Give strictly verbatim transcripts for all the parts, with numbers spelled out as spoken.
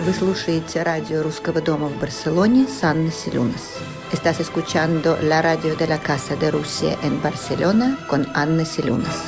Вы слушаете радио Русского дома в Барселоне с Анной Селюнас. Estás escuchando la radio de la Casa de Rusia en Barcelona con Анна Селюнас.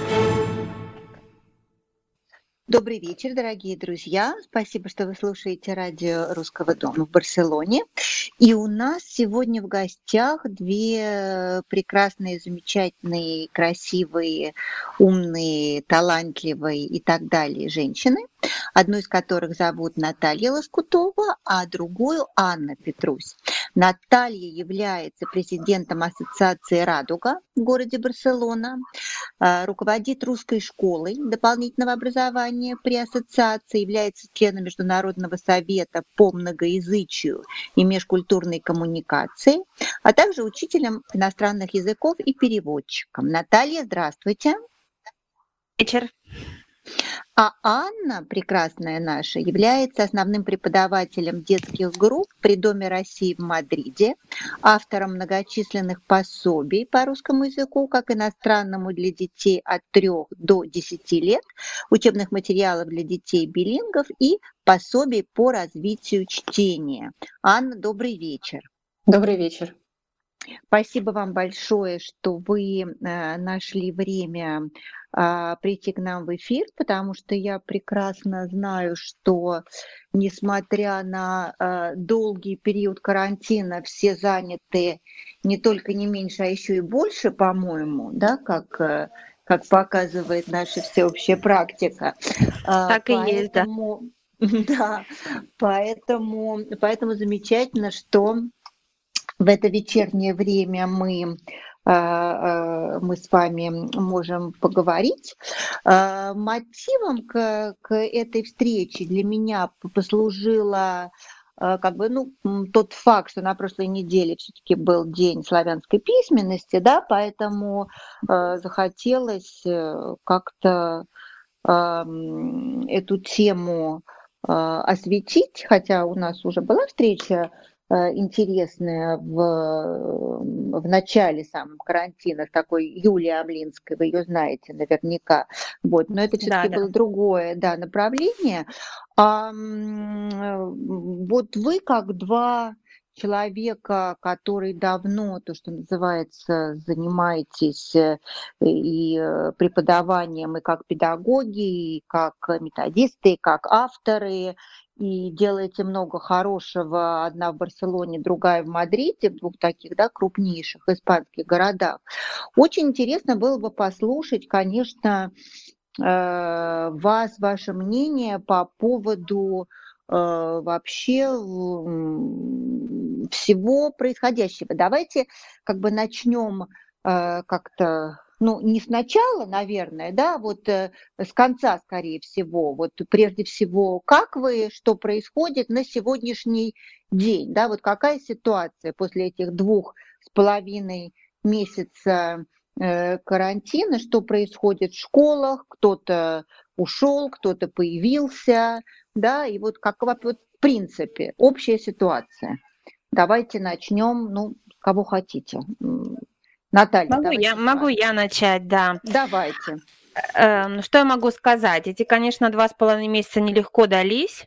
Добрый вечер, дорогие друзья. Спасибо, что вы слушаете радио Русского дома в Барселоне. И у нас сегодня в гостях две прекрасные, замечательные, красивые, умные, талантливые и так далее женщины. Одну из которых зовут Наталья Лоскутова, а другую Анна Петрусь. Наталья является президентом Ассоциации «Радуга» в городе Барселона, руководит русской школой дополнительного образования при ассоциации, является членом Международного совета по многоязычию и межкультурной коммуникации, а также учителем иностранных языков и переводчиком. Наталья, здравствуйте. Вечер. А Анна, прекрасная наша, является основным преподавателем детских групп при Доме России в Мадриде, автором многочисленных пособий по русскому языку, как иностранному для детей от трёх до десяти лет, учебных материалов для детей-билингов и пособий по развитию чтения. Анна, добрый вечер. Добрый вечер. Спасибо вам большое, что вы э, нашли время э, прийти к нам в эфир, потому что я прекрасно знаю, что несмотря на э, долгий период карантина, все заняты не только не меньше, а еще и больше, по-моему, да, как, э, как показывает наша всеобщая практика. Так Поэтому, и есть, да. Да, поэтому, поэтому замечательно, что в это вечернее время мы, мы с вами можем поговорить. Мотивом к, к этой встрече для меня послужило как бы, ну, тот факт, что на прошлой неделе все-таки был день славянской письменности, да, поэтому захотелось как-то эту тему осветить, хотя у нас уже была встреча интересная в, в начале самого карантина с такой Юлией Амлинской, вы ее знаете наверняка, вот, но это все-таки да, было да. другое, да, направление. А, вот вы как два человека, который давно, то, что называется, занимаетесь и преподаванием, и как педагоги, и как методисты, и как авторы, и делаете много хорошего, одна в Барселоне, другая в Мадриде, в двух таких, да, крупнейших испанских городах. Очень интересно было бы послушать, конечно, вас, ваше мнение по поводу вообще всего происходящего. Давайте как бы начнем как-то, ну, не сначала, наверное, да, вот э, с конца, скорее всего. Вот прежде всего, как вы, что происходит на сегодняшний день, да, вот какая ситуация после этих двух с половиной месяца э, карантина, что происходит в школах, кто-то ушел, кто-то появился, да, и вот как вот, в принципе общая ситуация. Давайте начнем, ну, с кого хотите. Наталья, могу я, могу я начать, да. Давайте. Э, что я могу сказать? Эти, конечно, два с половиной месяца нелегко дались.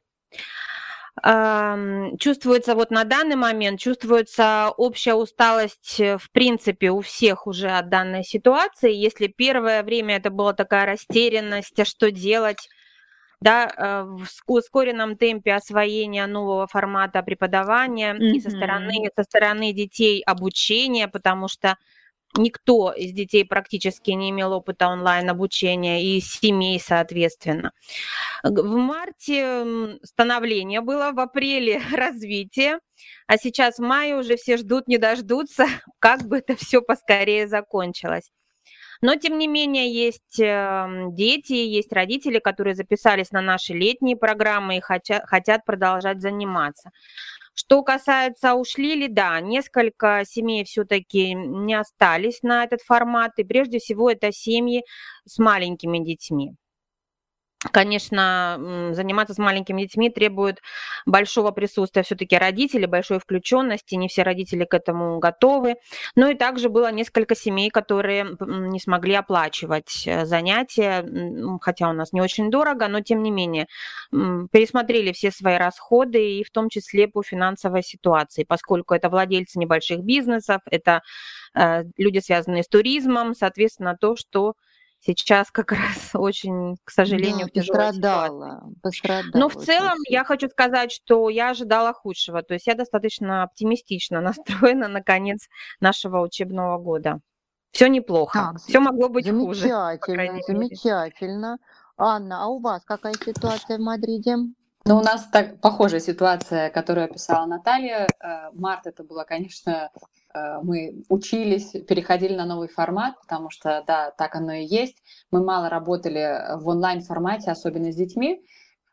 Э, чувствуется вот на данный момент, чувствуется общая усталость, в принципе, у всех уже от данной ситуации. Если первое время это была такая растерянность, а что делать, да, в ускоренном темпе освоения нового формата преподавания mm-hmm. и со стороны, со стороны детей обучения, потому что никто из детей практически не имел опыта онлайн-обучения, и из семей, соответственно. В марте становление было, в апреле развитие, а сейчас в мае уже все ждут, не дождутся, как бы это все поскорее закончилось. Но, тем не менее, есть дети, есть родители, которые записались на наши летние программы и хотят, хотят продолжать заниматься. Что касается, ушли ли, да, несколько семей все-таки не остались на этот формат, и прежде всего это семьи с маленькими детьми. Конечно, заниматься с маленькими детьми требует большого присутствия все-таки родителей, большой включенности. Не все родители к этому готовы. Ну и также было несколько семей, которые не смогли оплачивать занятия, хотя у нас не очень дорого, но тем не менее пересмотрели все свои расходы и в том числе по финансовой ситуации, поскольку это владельцы небольших бизнесов, это люди, связанные с туризмом, соответственно, то, что сейчас как раз очень, к сожалению, Да, в тяжелой ситуации. пострадала, Но в пострадала очень целом я сильно. хочу сказать, что я ожидала худшего. То есть я достаточно оптимистично настроена на конец нашего учебного года. Все неплохо. Так, Все могло быть хуже, по замечательно, крайней мере. замечательно. Анна, а у вас какая ситуация в Мадриде? Ну, у нас так похожая ситуация, которую описала Наталья. Март это было, конечно, мы учились, переходили на новый формат, потому что, да, так оно и есть. Мы мало работали в онлайн-формате, особенно с детьми.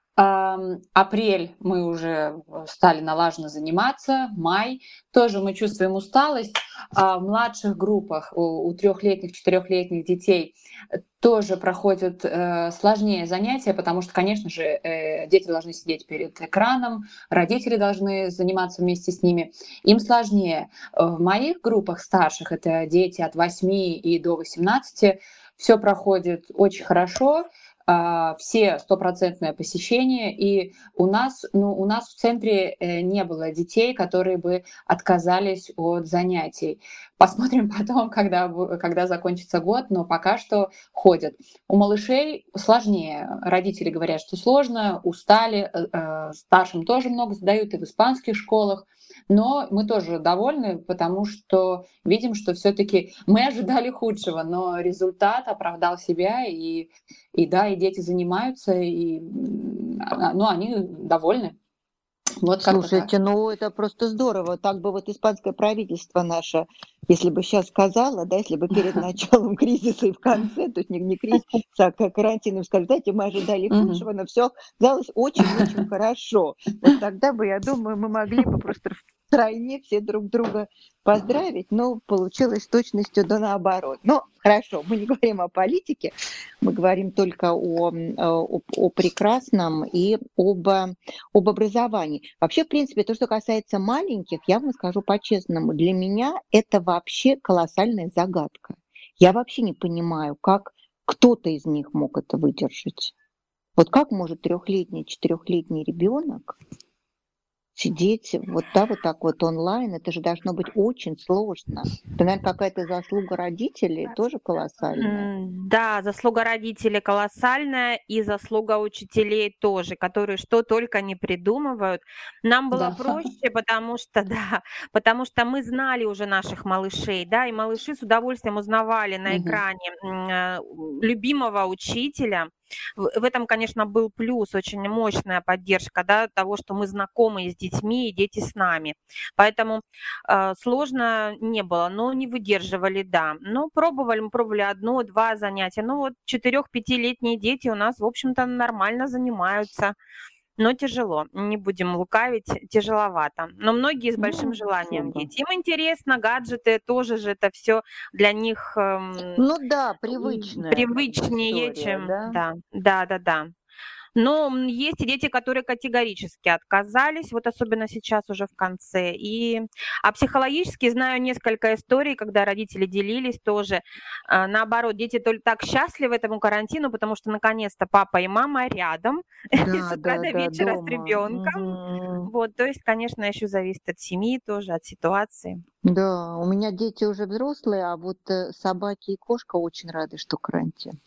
Апрель мы уже стали налаженно заниматься, май тоже мы чувствуем усталость. А в младших группах у трехлетних, четырехлетних детей тоже проходят э, сложнее занятия, потому что, конечно же, э, дети должны сидеть перед экраном, родители должны заниматься вместе с ними. Им сложнее. В моих группах старших, это дети от восьми и до восемнадцати, все проходит очень хорошо. Все стопроцентное посещение, и у нас, ну, у нас в центре не было детей, которые бы отказались от занятий. Посмотрим потом, когда, когда закончится год, но пока что ходят. У малышей сложнее. Родители говорят, что сложно, устали, старшим тоже много задают и в испанских школах. Но мы тоже довольны, потому что видим, что все-таки мы ожидали худшего, но результат оправдал себя, и, и да, и дети занимаются, и ну, они довольны. Вот слушайте, ну это просто здорово. Так бы вот испанское правительство наше, если бы сейчас сказала, да, если бы перед началом кризиса и в конце, то есть не, не кризис, а карантином сказали, знаете, мы ожидали худшего, но все казалось очень-очень хорошо. Вот тогда бы, я думаю, мы могли бы просто в стране все друг друга поздравить, но получилось с точностью да наоборот. Но хорошо, мы не говорим о политике, мы говорим только о, о, о прекрасном и об, об образовании. Вообще, в принципе, то, что касается маленьких, я вам скажу по-честному, для меня это вообще колоссальная загадка. Я вообще не понимаю, как кто-то из них мог это выдержать. Вот как может трехлетний, четырехлетний ребенок сидеть вот, да, вот так вот онлайн, это же должно быть очень сложно. Это, наверное, какая-то заслуга родителей тоже колоссальная. Да, заслуга родителей колоссальная, и заслуга учителей тоже, которые что только не придумывают. Нам было да. проще, потому что, да, потому что мы знали уже наших малышей, да, и малыши с удовольствием узнавали на экране угу. любимого учителя. В этом, конечно, был плюс, очень мощная поддержка, да, того, что мы знакомы с детьми, и дети с нами. Поэтому э, сложно не было, но не выдерживали, да. Но пробовали, мы пробовали одно-два занятия. Ну вот четырех-пятилетние дети у нас, в общем-то, нормально занимаются. Но тяжело, не будем лукавить, тяжеловато. Но многие с большим ну, желанием дети. Им интересно, гаджеты тоже же это все для них эм, ну да, привычное, привычнее, история, чем да? да, да, да, да. Но есть и дети, которые категорически отказались, вот особенно сейчас уже в конце. И, а психологически знаю несколько историй, когда родители делились тоже. А, наоборот, дети только так счастливы этому карантину, потому что наконец-то папа и мама рядом да, с утра да, до вечера да, с ребенком. Угу. Вот, то есть, конечно, еще зависит от семьи тоже, от ситуации. Да, у меня дети уже взрослые, а вот собаки и кошка очень рады, что карантин.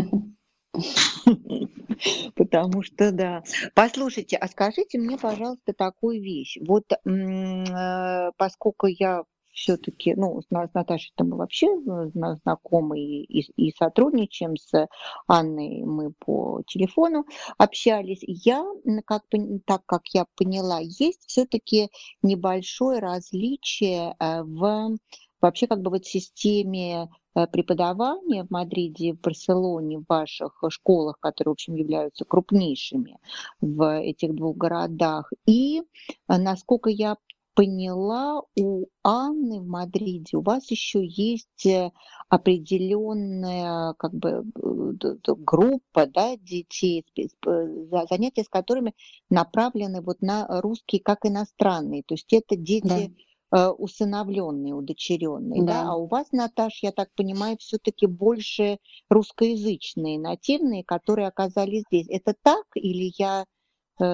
Потому что, да. Послушайте, а скажите мне, пожалуйста, такую вещь. Вот поскольку я все-таки, ну, с Наташей-то мы вообще знакомы и, и, и сотрудничаем с Анной, мы по телефону общались. Я, как, так как я поняла, есть все-таки небольшое различие в вообще как бы вот системе преподавания в Мадриде, в Барселоне, в ваших школах, которые, в общем, являются крупнейшими в этих двух городах. И, насколько я поняла, у Анны в Мадриде у вас еще есть э, определенная как бы э, д- д- группа, да, детей, спе- сп- за- занятия с которыми направлены вот на русский как иностранный. То есть это Да, дети э, усыновленные, удочеренные, да, а да. у вас, Наташ, я так понимаю, все-таки больше русскоязычные, нативные, которые оказались здесь. Это так или я э,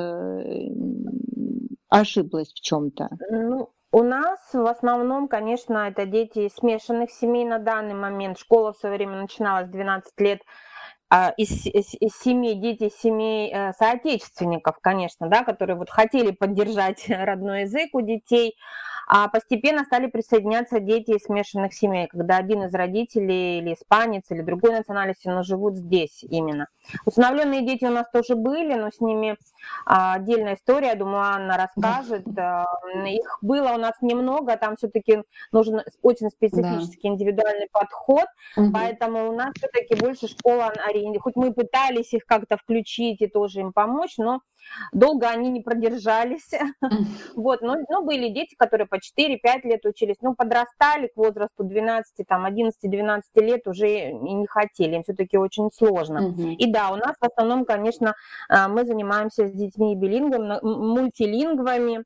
м, ошиблась в чем-то? Ну, у нас в основном, конечно, это дети из смешанных семей на данный момент. Школа в свое время начиналась в двенадцать лет. А, из, из, из семей, дети из семей э, соотечественников, конечно, да, которые вот хотели поддержать родной язык у детей, а постепенно стали присоединяться дети из смешанных семей, когда один из родителей или испанец, или другой национальности, но живут здесь именно. Усыновленные дети у нас тоже были, но с ними а, отдельная история, думаю, Анна Да, расскажет. А, Их было у нас немного, там все-таки нужен очень да. специфический индивидуальный подход, Мгм. поэтому у нас все-таки больше школа ориентирована. Хоть мы пытались их как-то включить и тоже им помочь, но долго они не продержались. М. Вот, но, но были дети, которые по четыре-пять лет учились, ну, подрастали к возрасту двенадцати, там, одиннадцати-двенадцати лет уже и не хотели, им все-таки очень сложно. Мгм. И да, у нас в основном, конечно, а, мы занимаемся с детьми билингвами, мультилингвами,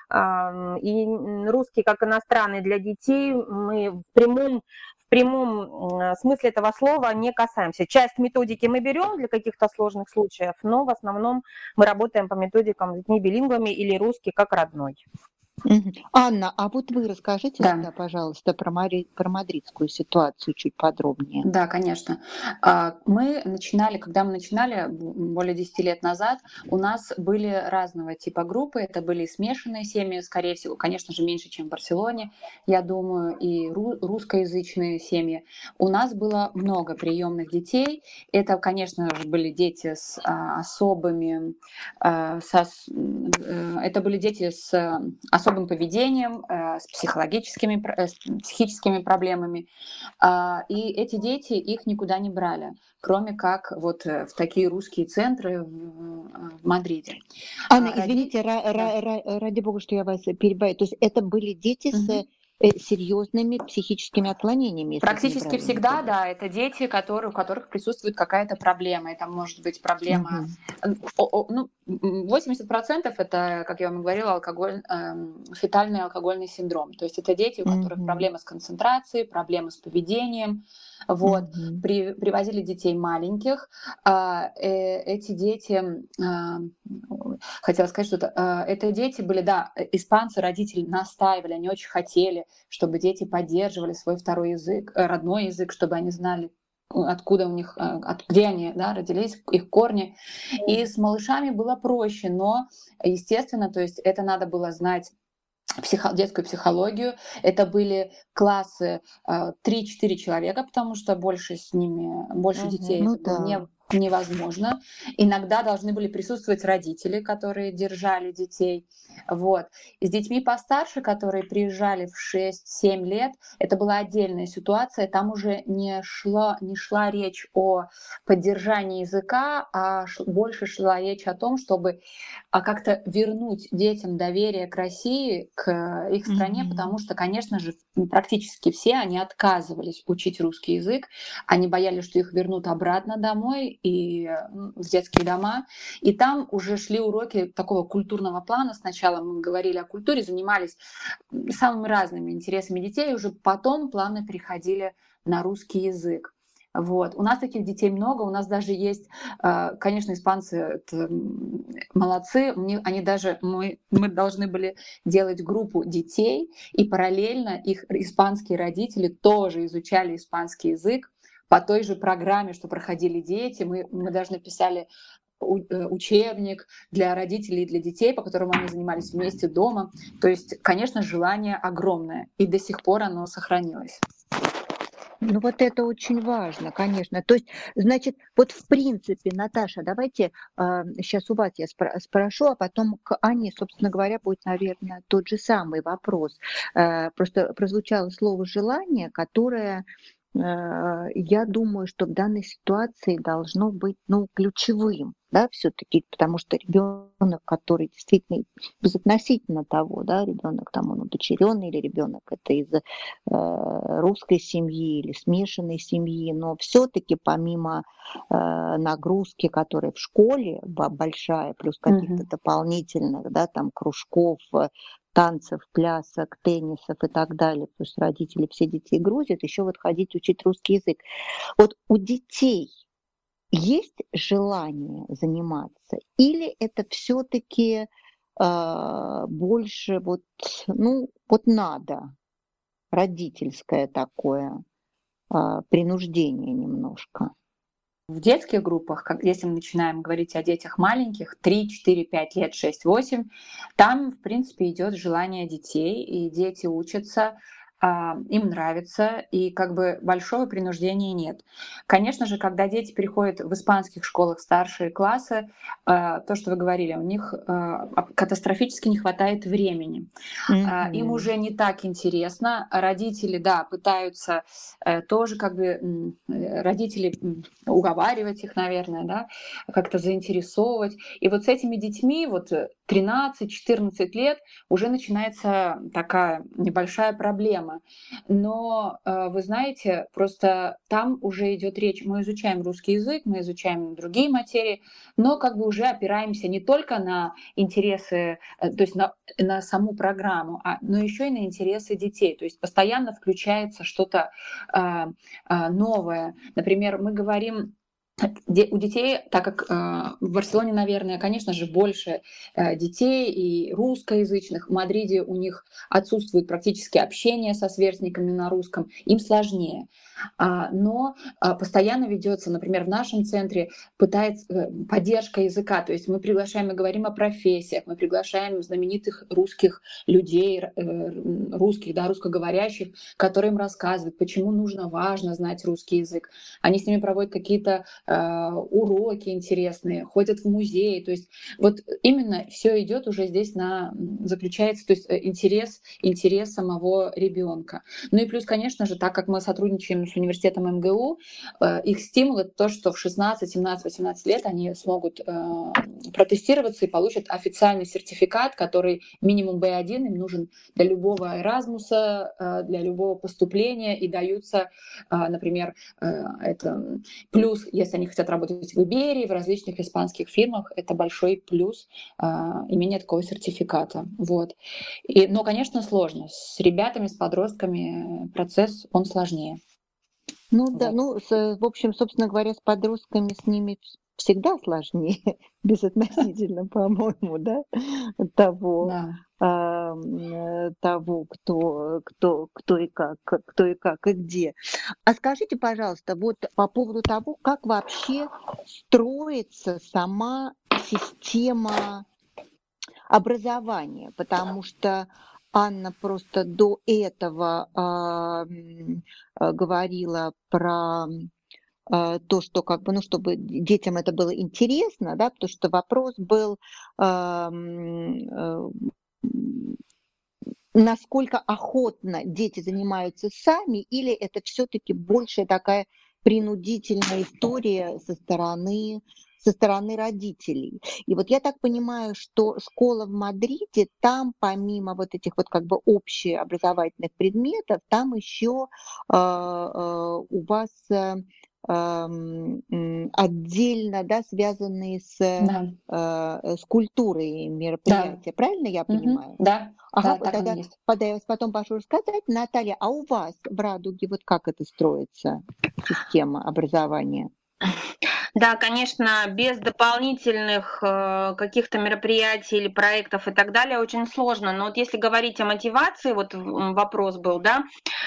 а, и русский как иностранный для детей мы в прямом в прямом м, смысле этого слова не касаемся. Часть методики мы берем для каких-то сложных случаев, но в основном мы работаем по методикам с детьми билингвами или русский как родной. Мгм. Анна, а вот вы расскажите Да. тогда, пожалуйста, про, мари- про мадридскую ситуацию чуть подробнее. Да, конечно. А, Мы начинали, когда мы начинали б- более десяти лет назад, у нас были разного типа группы. Это были смешанные семьи, скорее всего, конечно же, меньше, чем в Барселоне, я думаю, и ру- русскоязычные семьи. У нас было много приемных детей. Это, конечно же, были дети с а, особыми, а, со с- м, э, это были дети с а, особым поведением, э, с психологическими, пр- э, с психическими проблемами. А, И эти дети их никуда не брали, кроме как вот э, в такие русские центры в вМадриде. Анна, А роди- извините, ра- Да. ра- ра- ради бога, что я вас перебиваю. То есть это были дети с Мгм. э, серьезными психическими отклонениями, если я Практически правильно всегда, поняла. да, это дети, которые, у которых присутствует какая-то проблема. Это может быть проблема, Мгм. э, о- о- ну, м, восемьдесят процентов это, как я вам говорила, алкоголь, эм, фетальный алкогольный синдром. То есть это дети, у которых Мгм. проблемы с концентрацией, проблемы с поведением. Вот. Мгм. При- привозили детей маленьких. А, э, эти дети, а, ой, хотела сказать что-то, а, это дети были, да, э, испанцы, родители настаивали, они очень хотели, чтобы дети поддерживали свой второй язык, э, родной язык, чтобы они знали, э, откуда у них, э, от, где они, да, родились, их корни. И с малышами было проще, но, естественно, то есть это надо было знать психо- детскую психологию. Это были классы э, три-четыре человека, потому что больше с ними, больше Мгм. детей Ну это было да. не, невозможно. Иногда должны были присутствовать родители, которые держали детей. Вот. И с детьми постарше, которые приезжали в шесть-семь лет, это была отдельная ситуация. Там уже не шла, не шла речь о поддержании языка, а ш- больше шла речь о том, чтобы а как-то вернуть детям доверие к России, к их стране, Мгм. потому что, конечно же, практически все они отказывались учить русский язык, они боялись, что их вернут обратно домой и м, в детские дома, и там уже шли уроки такого культурного плана. Сначала мы говорили о культуре, занимались м, самыми разными интересами детей, и уже потом плавно переходили на русский язык. Вот. У нас таких детей много, у нас даже есть, э, конечно, испанцы это, м, молодцы, мне- они даже, мы, мы должны были делать группу детей, и параллельно их испанские родители тоже изучали испанский язык по той же программе, что проходили дети. Мы, мы даже написали у- э, учебник для родителей и для детей, по которому они занимались вместе дома. То есть, конечно, желание огромное, и до сих пор оно сохранилось. Ну вот это очень важно, конечно. То есть, значит, вот в принципе, Наташа, давайте сейчас у вас я спро- спрошу, а потом к Анне, собственно говоря, будет, наверное, тот же самый вопрос. Э, Просто прозвучало слово «желание», которое я думаю, что в данной ситуации должно быть, ну, ключевым, да, все-таки, потому что ребенок, который действительно безотносительно того, да, ребенок там он удочеренный или ребенок это из э, русской семьи или смешанной семьи, но все-таки помимо э, нагрузки, которая в школе большая, плюс каких-то Мгм. дополнительных, да, там кружков, танцев, плясок, теннисов и так далее, потому что родители все детей грузят, еще вот ходить учить русский язык. Вот у детей есть желание заниматься, или это все-таки э, больше вот, ну, вот надо, родительское такое э, принуждение немножко? В детских группах, как если мы начинаем говорить о детях маленьких, три, четыре, пять лет, шесть, восемь, там, в принципе, идет желание детей, и дети учатся, а, им нравится, и как бы большого принуждения нет. Конечно же, когда дети переходят в испанских школах в старшие классы, а, то, что вы говорили, у них а, катастрофически не хватает времени. А, Им Мгм. уже не так интересно. Родители, да, пытаются э, тоже как бы м, э, родители м, уговаривать их, наверное, да, как-то заинтересовывать. И вот с этими детьми вот э, тринадцать-четырнадцать лет уже начинается такая небольшая проблема. Но э, вы знаете, просто там уже идет речь, мы изучаем русский язык, мы изучаем другие материи, но как бы уже опираемся не только на интересы, э, то есть на, на саму программу, а, но еще и на интересы детей. То есть постоянно включается что-то а, а, новое. Например, мы говорим Де- у детей, так как э, в Барселоне, наверное, конечно же, больше э, детей и русскоязычных, в Мадриде у них отсутствует практически общение со сверстниками на русском, им сложнее. А, но а, постоянно ведется, например, в нашем центре пытается э, поддержка языка, то есть мы приглашаем и говорим о профессиях, мы приглашаем знаменитых русских людей, э, русских, да, русскоговорящих, которые им рассказывают, почему нужно, важно знать русский язык. Они с ними проводят какие-то э, уроки интересные, ходят в музей. То есть вот именно все идет уже здесь на заключается, то есть э, интерес, интерес самого ребенка. Ну и плюс, конечно же, так как мы сотрудничаем с университетом эм гэ у, э, их стимул это то, что в шестнадцать, семнадцать, восемнадцать лет они смогут э, протестироваться и получат официальный сертификат, который минимум бэ один им нужен для любого Эразмуса, э, для любого поступления и даются, э, например, э, это плюс, если они хотят работать в Иберии, в различных испанских фирмах, это большой плюс а, имения такого сертификата. Вот. И, но, конечно, сложно. С ребятами, с подростками процесс, он сложнее. Ну да, Вот. ну, с, в общем, собственно говоря, с подростками с ними вс- всегда сложнее, безотносительно, по-моему, да, того, Да. а, м, э, того, кто, кто, кто и как, кто и как и где. А скажите, пожалуйста, вот по поводу того, как вообще строится сама система образования, потому что Анна просто до этого а, м, а, говорила про а, то, что как бы, ну, чтобы детям это было интересно, да, потому что вопрос был, а, м, э, м, насколько охотно дети занимаются сами, или это все-таки больше такая принудительная история со стороны со стороны родителей. И вот я так понимаю, что школа в Мадриде, там помимо вот этих вот как бы общеобразовательных предметов, там еще э, э, у вас э, эм, м, отдельно, да, связанные с, э, Да. с культурой Да. мероприятия. Правильно я Мгм. понимаю? Да. Ага, Да, вот так оно тогда есть. подай- я потом прошу рассказать. Наталья, а у вас в Радуге вот как это строится, система образования? Да, конечно, без дополнительных э, каких-то мероприятий или проектов и так далее очень сложно. Но вот если говорить о мотивации, вот м, вопрос был, да,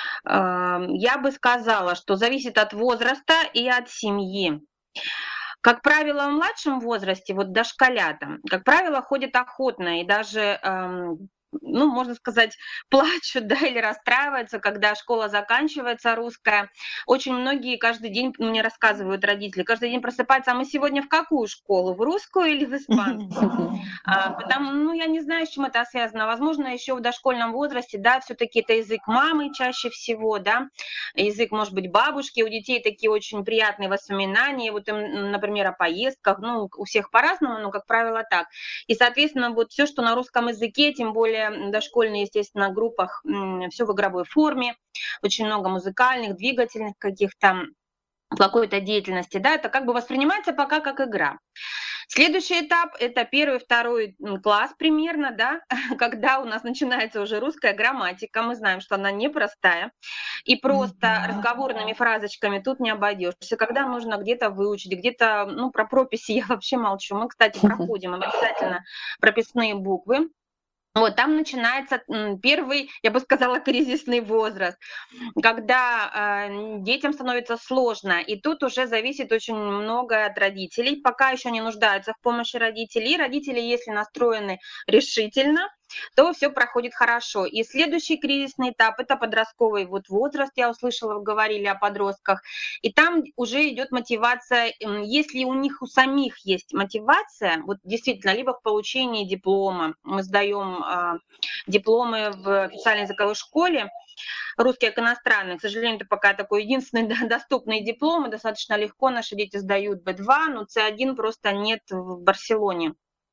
э, я бы сказала, что зависит от возраста и от семьи. Как правило, в младшем возрасте, вот дошколятам, как правило, ходят охотно, и даже эм, ну, можно сказать, плачут, да, или расстраиваются, когда школа заканчивается русская. Очень многие каждый день мне рассказывают родители, каждый день просыпаются: а мы сегодня в какую школу, в русскую или в испанскую? А, потому, ну, я не знаю, с чем это связано. Возможно, еще в дошкольном возрасте, да, все-таки это язык мамы чаще всего, да, язык, может быть, бабушки. У детей такие очень приятные воспоминания, вот, им, например, о поездках, ну, у всех по-разному, но, как правило, так. И, соответственно, вот все, что на русском языке, тем более дошкольные, естественно, группах, все в игровой форме, очень много музыкальных, двигательных каких-то, какой-то деятельности, да, это как бы воспринимается пока как игра. Следующий этап – это первый, второй класс примерно, да, когда у нас начинается уже русская грамматика, мы знаем, что она непростая, и просто mm-hmm. разговорными фразочками тут не обойдешься, когда нужно где-то выучить, где-то, ну, про прописи я вообще молчу. Мы, кстати, проходим обязательно прописные буквы. Вот, там начинается первый, я бы сказала, кризисный возраст, когда э, детям становится сложно, и тут уже зависит очень многое от родителей. Пока еще не нуждаются в помощи родителей. Родители, если настроены решительно, то все проходит хорошо. И следующий кризисный этап – это подростковый вот возраст, я услышала, вы говорили о подростках, и там уже идет мотивация, если у них у самих есть мотивация, вот действительно, либо в получении диплома, мы сдаем э, дипломы в официальной языковой школе, русский как иностранный, к сожалению, это пока такой единственный доступный диплом, и достаточно легко наши дети сдают бэ два, но цэ один просто нет в Барселоне.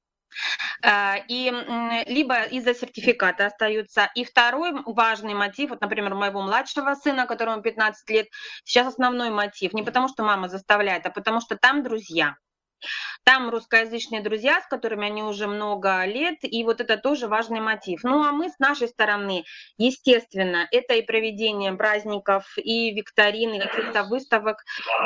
И либо из-за сертификата остаются. И второй важный мотив, вот, например, у моего младшего сына, которому пятнадцать лет, сейчас основной мотив, не потому что мама заставляет, а потому что там друзья. Там русскоязычные друзья, с которыми они уже много лет, и вот это тоже важный мотив. Ну а мы с нашей стороны, естественно, это и проведение праздников, и викторин, и каких-то выставок,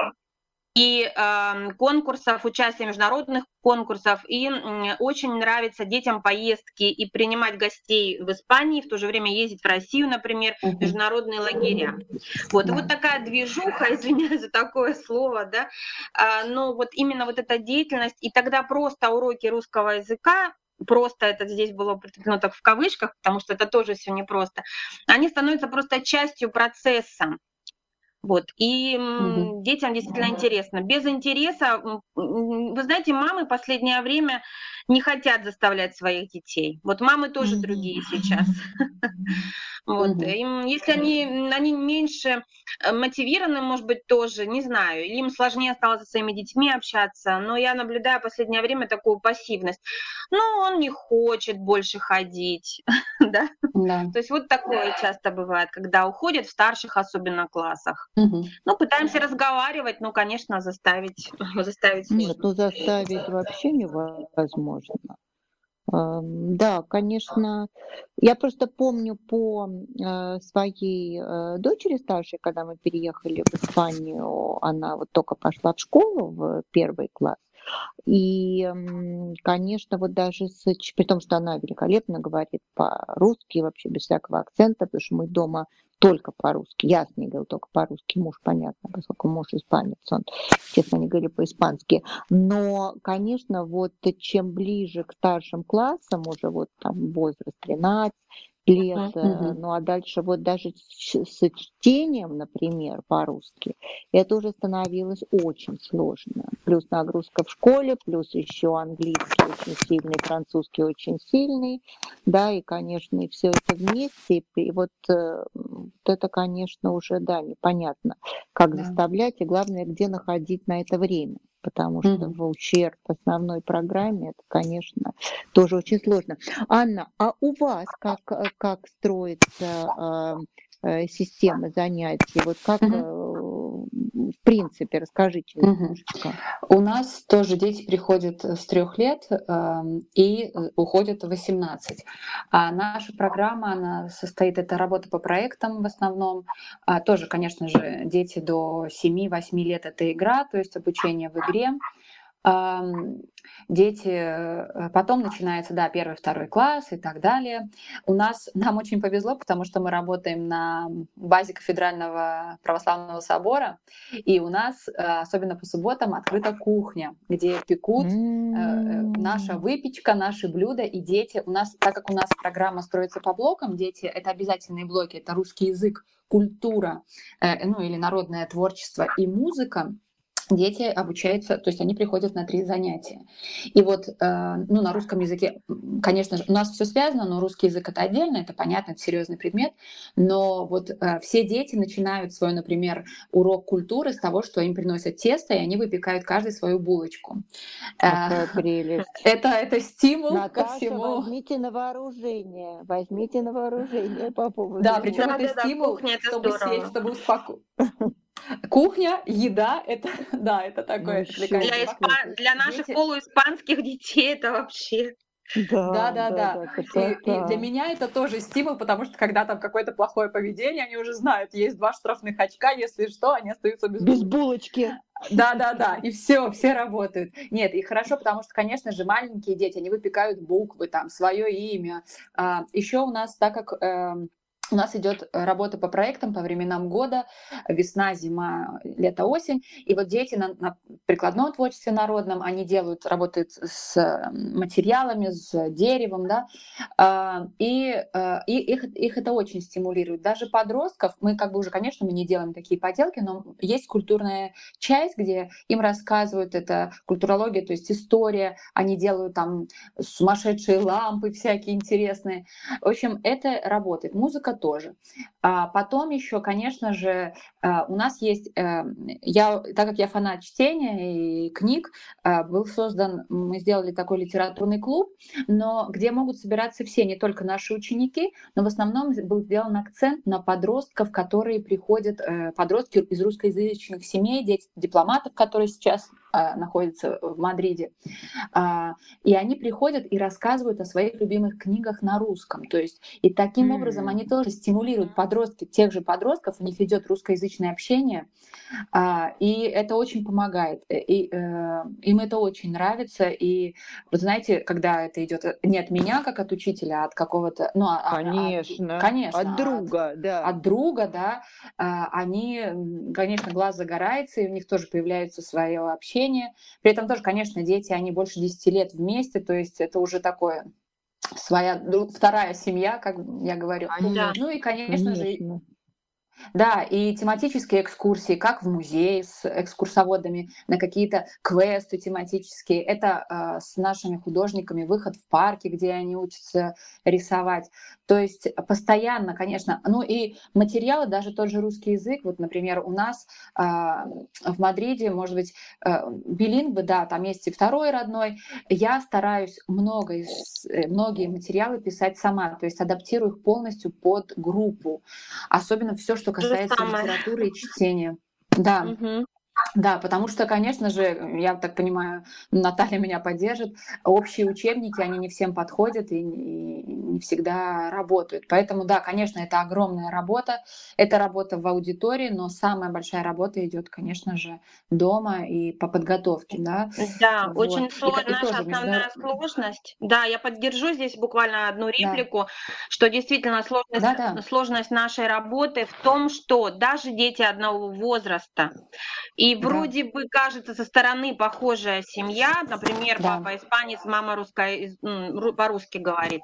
и э, конкурсов, участие в международных конкурсов. И э, очень нравится детям поездки и принимать гостей в Испании, в то же время ездить в Россию, например, в международные лагеря. Вот, и вот такая движуха, извиняюсь за такое слово, да, э, но вот именно вот эта деятельность, и тогда просто уроки русского языка, просто это здесь было прикреплено так в кавычках, потому что это тоже все непросто, они становятся просто частью процесса. Вот. И угу. детям действительно интересно. Без интереса, вы знаете, мамы в последнее время не хотят заставлять своих детей. Вот мамы тоже угу. другие сейчас. Вот. Угу. Им, если они, они меньше мотивированы, может быть, тоже, не знаю, или им сложнее стало со своими детьми общаться, но я наблюдаю в последнее время такую пассивность. Ну, он не хочет больше ходить, да? Да. То есть вот такое часто бывает, когда уходят в старших особенно классах. Угу. Ну, пытаемся разговаривать, но, конечно, заставить, заставить сложно. Нет, ну заставить вообще невозможно. Да, конечно. Я просто помню по своей дочери старшей, когда мы переехали в Испанию, она вот только пошла в школу, в первый класс. И, конечно, вот даже с, при том, что она великолепно говорит по-русски, вообще без всякого акцента, потому что мы дома только по-русски. Я с ней говорю только по-русски, муж, понятно, поскольку муж испанец, он, честно, не говорит по-испански. Но, конечно, вот чем ближе к старшим классам, уже вот там возраст тринадцать лет, uh-huh. ну а дальше вот даже с чтением, например, по-русски, это уже становилось очень сложно. Плюс нагрузка в школе, плюс еще английский очень сильный, французский очень сильный, да, и, конечно, и все это вместе, и вот, вот это, конечно, уже, да, непонятно, как да. заставлять, и главное, где находить на это время. Потому что mm-hmm. в ущерб основной программе это, конечно, тоже очень сложно. Анна, а у вас как, как строится э, система занятий? Вот как, mm-hmm. э, в принципе, расскажите немножечко. Mm-hmm. У нас тоже дети приходят с трех лет э, и уходят в восемнадцать. А наша программа, она состоит, это работа по проектам в основном. А тоже, конечно же, дети до семи-восьми лет это игра, то есть обучение в игре. Дети, потом начинается, да, первый, второй класс и так далее. У нас, нам очень повезло, потому что мы работаем на базе Кафедрального православного собора, и у нас, особенно по субботам, открыта кухня, где пекут М. наша выпечка, наши блюда, и дети. У нас, так как у нас программа строится по блокам, дети — это обязательные блоки, это русский язык, культура, ну или народное творчество и музыка. Дети обучаются, то есть они приходят на три занятия. И вот, ну, на русском языке, конечно же, у нас все связано, но русский язык — это отдельно, это понятно, это серьезный предмет. Но вот все дети начинают свой, например, урок культуры с того, что им приносят тесто, и они выпекают каждый свою булочку. Какая прелесть. Это, это стимул Наташа, ко всему. возьмите на вооружение, возьмите на вооружение по поводу... Да, причем Да, это да, да, стимул, кухня — это чтобы здорово. сесть, чтобы успокоиться. Кухня, еда, это, да, это такое. Ну, отвлекающий Для, фактор. испа- для наших Дети- полуиспанских детей это вообще... Да, Да, да, да. И, и красота. для меня это тоже стимул, потому что когда там какое-то плохое поведение, они уже знают, есть два штрафных очка, если что, они остаются без Без булочки. булочки. Да, да, да, и все, все работают. Нет, и хорошо, потому что, конечно же, маленькие дети, они выпекают буквы, там, свое имя. А, еще у нас, так как эм, у нас идет работа по проектам по временам года, весна, зима, лето, осень, и вот дети на, на прикладном творчестве народном, они делают, работают с материалами, с деревом, да, а, и, а, и их, их это очень стимулирует. Даже подростков, мы как бы уже, конечно, мы не делаем такие поделки, но есть культурная часть, где им рассказывают, это культурология, то есть история, они делают там сумасшедшие лампы всякие интересные. В общем, это работает. Музыка тоже. А потом еще, конечно же, у нас есть, я, так как я фанат чтения и книг, был создан, мы сделали такой литературный клуб, но где могут собираться все, не только наши ученики, но в основном был сделан акцент на подростков, которые приходят, подростки из русскоязычных семей, дети дипломатов, которые сейчас находятся в Мадриде. И они приходят и рассказывают о своих любимых книгах на русском. То есть и таким mm-hmm. образом они тоже стимулируют подростки, тех же подростков, у них идет русскоязычное общение, и это очень помогает. И им это очень нравится. И вот знаете, когда это идет не от меня, как от учителя, а от какого-то... Ну, конечно, от, конечно, от друга, от, да. От друга, да. Они, конечно, глаз загорается, и у них тоже появляется свое общение. При этом тоже, конечно, дети, они больше десяти лет вместе, то есть это уже такое своя вторая семья, как я говорю. Конечно, ну и, конечно, конечно. же, да, и тематические экскурсии, как в музее с экскурсоводами, на какие-то квесты тематические. Это э, с нашими художниками выход в парки, где они учатся рисовать. То есть постоянно, конечно, ну и материалы, даже тот же русский язык. Вот, например, у нас э, в Мадриде, может быть, э, билингвы, да, там есть и второй родной. Я стараюсь много, многие материалы писать сама, то есть адаптирую их полностью под группу. Особенно все, что касается литературы и чтения. Да. Угу. Да, потому что, конечно же, я так понимаю, Наталья меня поддержит, общие учебники, они не всем подходят и не всегда работают. Поэтому, да, конечно, это огромная работа, это работа в аудитории, но самая большая работа идет, конечно же, дома и по подготовке, да. Да, вот. очень сложная, наша основная международ... сложность. Да, я поддержу здесь буквально одну реплику, да. что действительно сложность, да, да. сложность нашей работы в том, что даже дети одного возраста, и вроде да. бы кажется со стороны похожая семья, например, да. папа испанец, мама русская, по-русски говорит.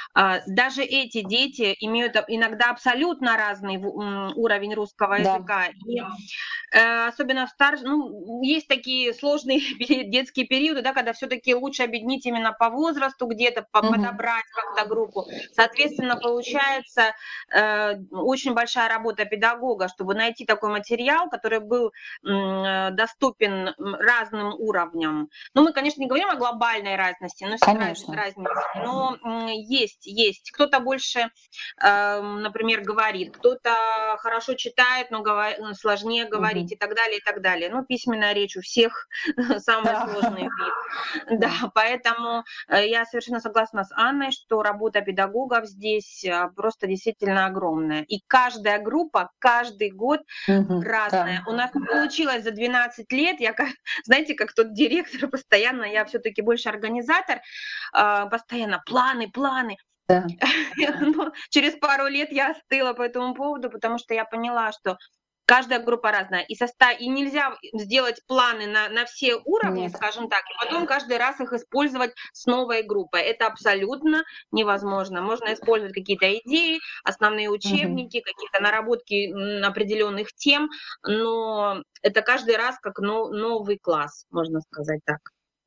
Даже эти дети имеют иногда абсолютно разный уровень русского да. языка. И особенно в старшем, ну, есть такие сложные детские периоды, да, когда все-таки лучше объединить именно по возрасту, где-то угу. подобрать как-то группу. Соответственно, получается очень большая работа педагога, чтобы найти такой материал, который был доступен разным уровням. Ну, мы, конечно, не говорим о глобальной разности, но конечно. разницы, но есть, есть. Кто-то больше, например, говорит, кто-то хорошо читает, но сложнее говорить угу. и так далее, и так далее. Ну, письменная речь у всех самый сложный вид. Да, поэтому я совершенно согласна с Анной, что работа педагогов здесь просто действительно огромная. И каждая группа каждый год разная. У нас получилось добилась за двенадцать лет. Я, знаете, как тот директор постоянно, я все-таки больше организатор, постоянно планы, планы. Да. Но через пару лет я остыла по этому поводу, потому что я поняла, что каждая группа разная, и, состав... и нельзя сделать планы на, на все уровни, Нет. скажем так, и потом каждый раз их использовать с новой группой. Это абсолютно невозможно. Можно использовать какие-то идеи, основные учебники, угу. какие-то наработки определенных тем, но это каждый раз как но... новый класс, можно сказать так.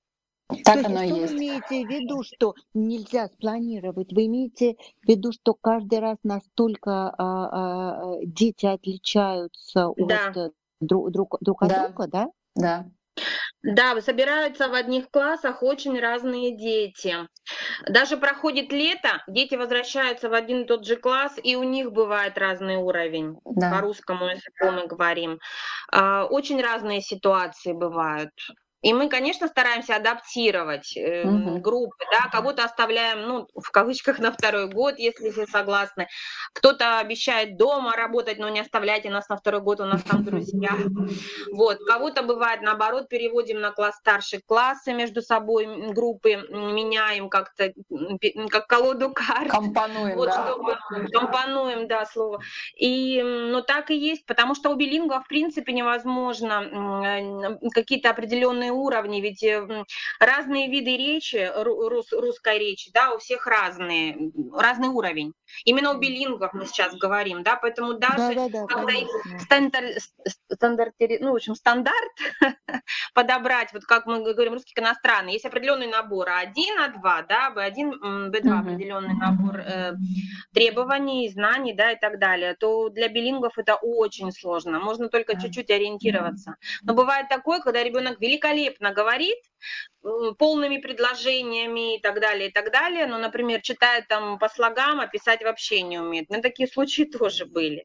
Так оно что есть. Вы имеете в виду, что нельзя спланировать? Вы имеете в виду, что каждый раз настолько а, а, дети отличаются да. от друг, друг, друг от да. друга, да? Да. Да, собираются в одних классах очень разные дети. Даже проходит лето, дети возвращаются в один и тот же класс, и у них бывает разный уровень. Да. По русскому языку мы говорим. Очень разные ситуации бывают. И мы, конечно, стараемся адаптировать э, угу. группы, да, кого-то оставляем, ну, в кавычках, на второй год, если все согласны. Кто-то обещает дома работать, но не оставляйте нас на второй год, у нас там друзья. Вот, кого-то бывает, наоборот, переводим на класс старшие классы между собой, группы меняем как-то, как колоду карт. Компонуем, вот, да. Чтобы, компонуем, да, слово. И, ну, так и есть, потому что у билингва, в принципе, невозможно какие-то определенные уровни, ведь разные виды речи, рус, русской речи, да, у всех разные, разный уровень. Именно у билингвов мы сейчас говорим, да, поэтому даже да, да, да, когда их стандарт, стандарт, ну, в общем, стандарт подобрать, вот как мы говорим, русский к иностранный, есть определенный набор А один, А два, да, Бэ один, Бэ два, uh-huh. определенный набор э, требований, знаний, да, и так далее, то для билингвов это очень сложно, можно только uh-huh. чуть-чуть ориентироваться. Но бывает такое, когда ребенок великолепно говорит, полными предложениями и так далее, и так далее, но, например, читает там по слогам, а писать вообще не умеет. Ну, такие случаи тоже были.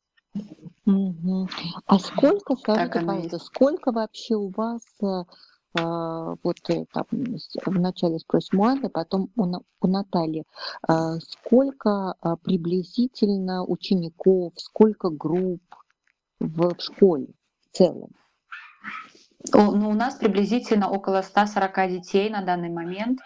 Угу. А сколько, скажите, пожалуйста, сколько вообще у вас, э, вот там, вначале спросим у Анны, потом у, у Натальи, э, сколько э, приблизительно учеников, сколько групп в, в школе в целом? Ну, у нас приблизительно около ста сорока детей на данный момент.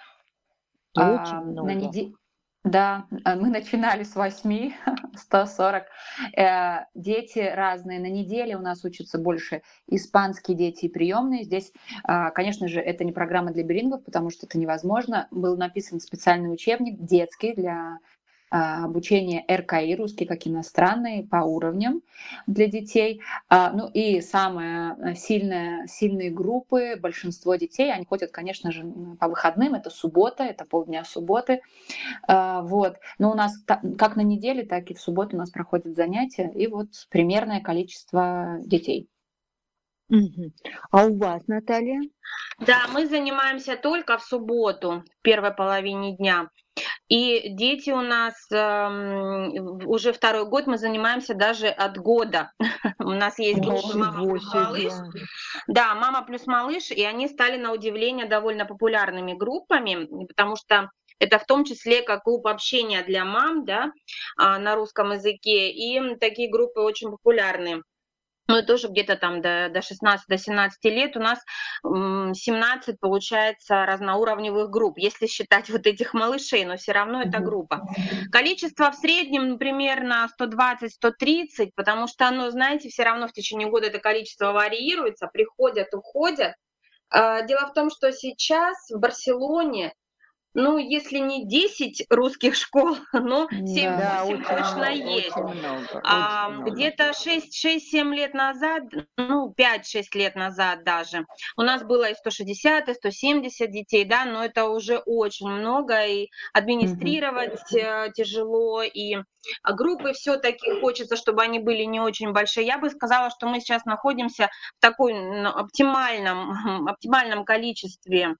Очень а, много. На неде... Да, мы начинали с восьми, сто сорок. Э, дети разные. На неделе у нас учатся больше испанские дети и приемные. Здесь, э, конечно же, это не программа для билингвов, потому что это невозможно. Был написан специальный учебник детский для обучение эр ка и, русский как иностранный, по уровням для детей. Ну и самые сильные, сильные группы, большинство детей, они ходят, конечно же, по выходным, это суббота, это полдня субботы. Вот. Но у нас как на неделе, так и в субботу у нас проходят занятия, и вот примерное количество детей. Угу. А у вас, Наталья? Да, мы занимаемся только в субботу, в первой половине дня. И дети у нас э, уже второй год, мы занимаемся даже от года. У нас есть группа «Мама плюс малыш». Да, «Мама плюс малыш», и они стали на удивление довольно популярными группами, потому что это в том числе как клуб общения для мам, да, на русском языке, и такие группы очень популярны. Ну, тоже где-то там до, до шестнадцати-семнадцати лет у нас семнадцать, получается, разноуровневых групп, если считать вот этих малышей, но все равно это группа. Количество в среднем примерно сто двадцать - сто тридцать, потому что, ну, знаете, все равно в течение года это количество варьируется, приходят, уходят. Дело в том, что сейчас в Барселоне, ну, если не десять русских школ, но семь-восемь да, точно много, есть. Много, а, где-то шесть-семь лет назад, ну, пять-шесть лет назад даже, у нас было и сто шестьдесят, и сто семьдесят детей, да, но это уже очень много, и администрировать mm-hmm. тяжело, и группы все-таки хочется, чтобы они были не очень большие. Я бы сказала, что мы сейчас находимся в такой оптимальном, оптимальном количестве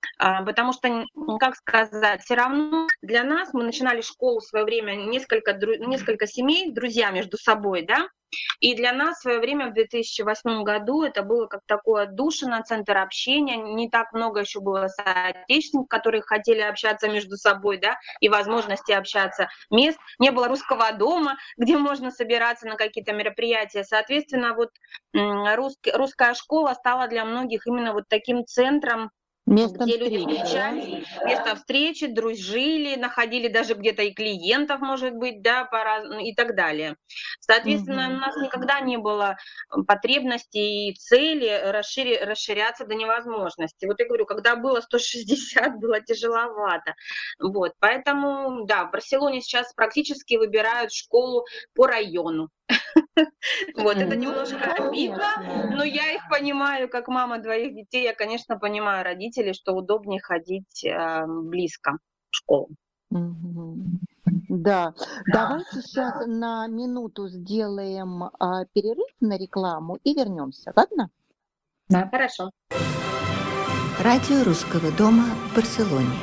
А, потому что, н как сказать, все равно для нас мы начинали школу в свое время несколько дру несколько семей, друзья между собой, да. И для нас в свое время в две тысячи восьмом году это было как такое отдушина, центр общения. Не так много еще было соотечественников, которые хотели общаться между собой, да, и возможности общаться. Мест не было русского дома, где можно собираться на какие-то мероприятия. Соответственно, вот, м, русски русская школа стала для многих именно вот таким центром, Местом где люди встречи, да? встречались, место встречи, дружили, находили даже где-то и клиентов, может быть, да, по раз и так далее. Соответственно, у Мгм. нас никогда не было, м, потребности и цели расшири расширяться до невозможности. Вот я говорю, когда было сто шестьдесят, было тяжеловато. Вот, поэтому, да, в Барселоне сейчас практически выбирают школу по району. Вот, это Мгм. Ну, немножко обидно, но конечно. я их понимаю, как мама двоих детей, я, конечно, понимаю родителей, что удобнее ходить, а, близко в школу. Мгм. Да. Давайте сейчас на минуту сделаем, а, перерыв на рекламу и вернемся, ладно? Да. Хорошо. Радио Русского дома в Барселоне.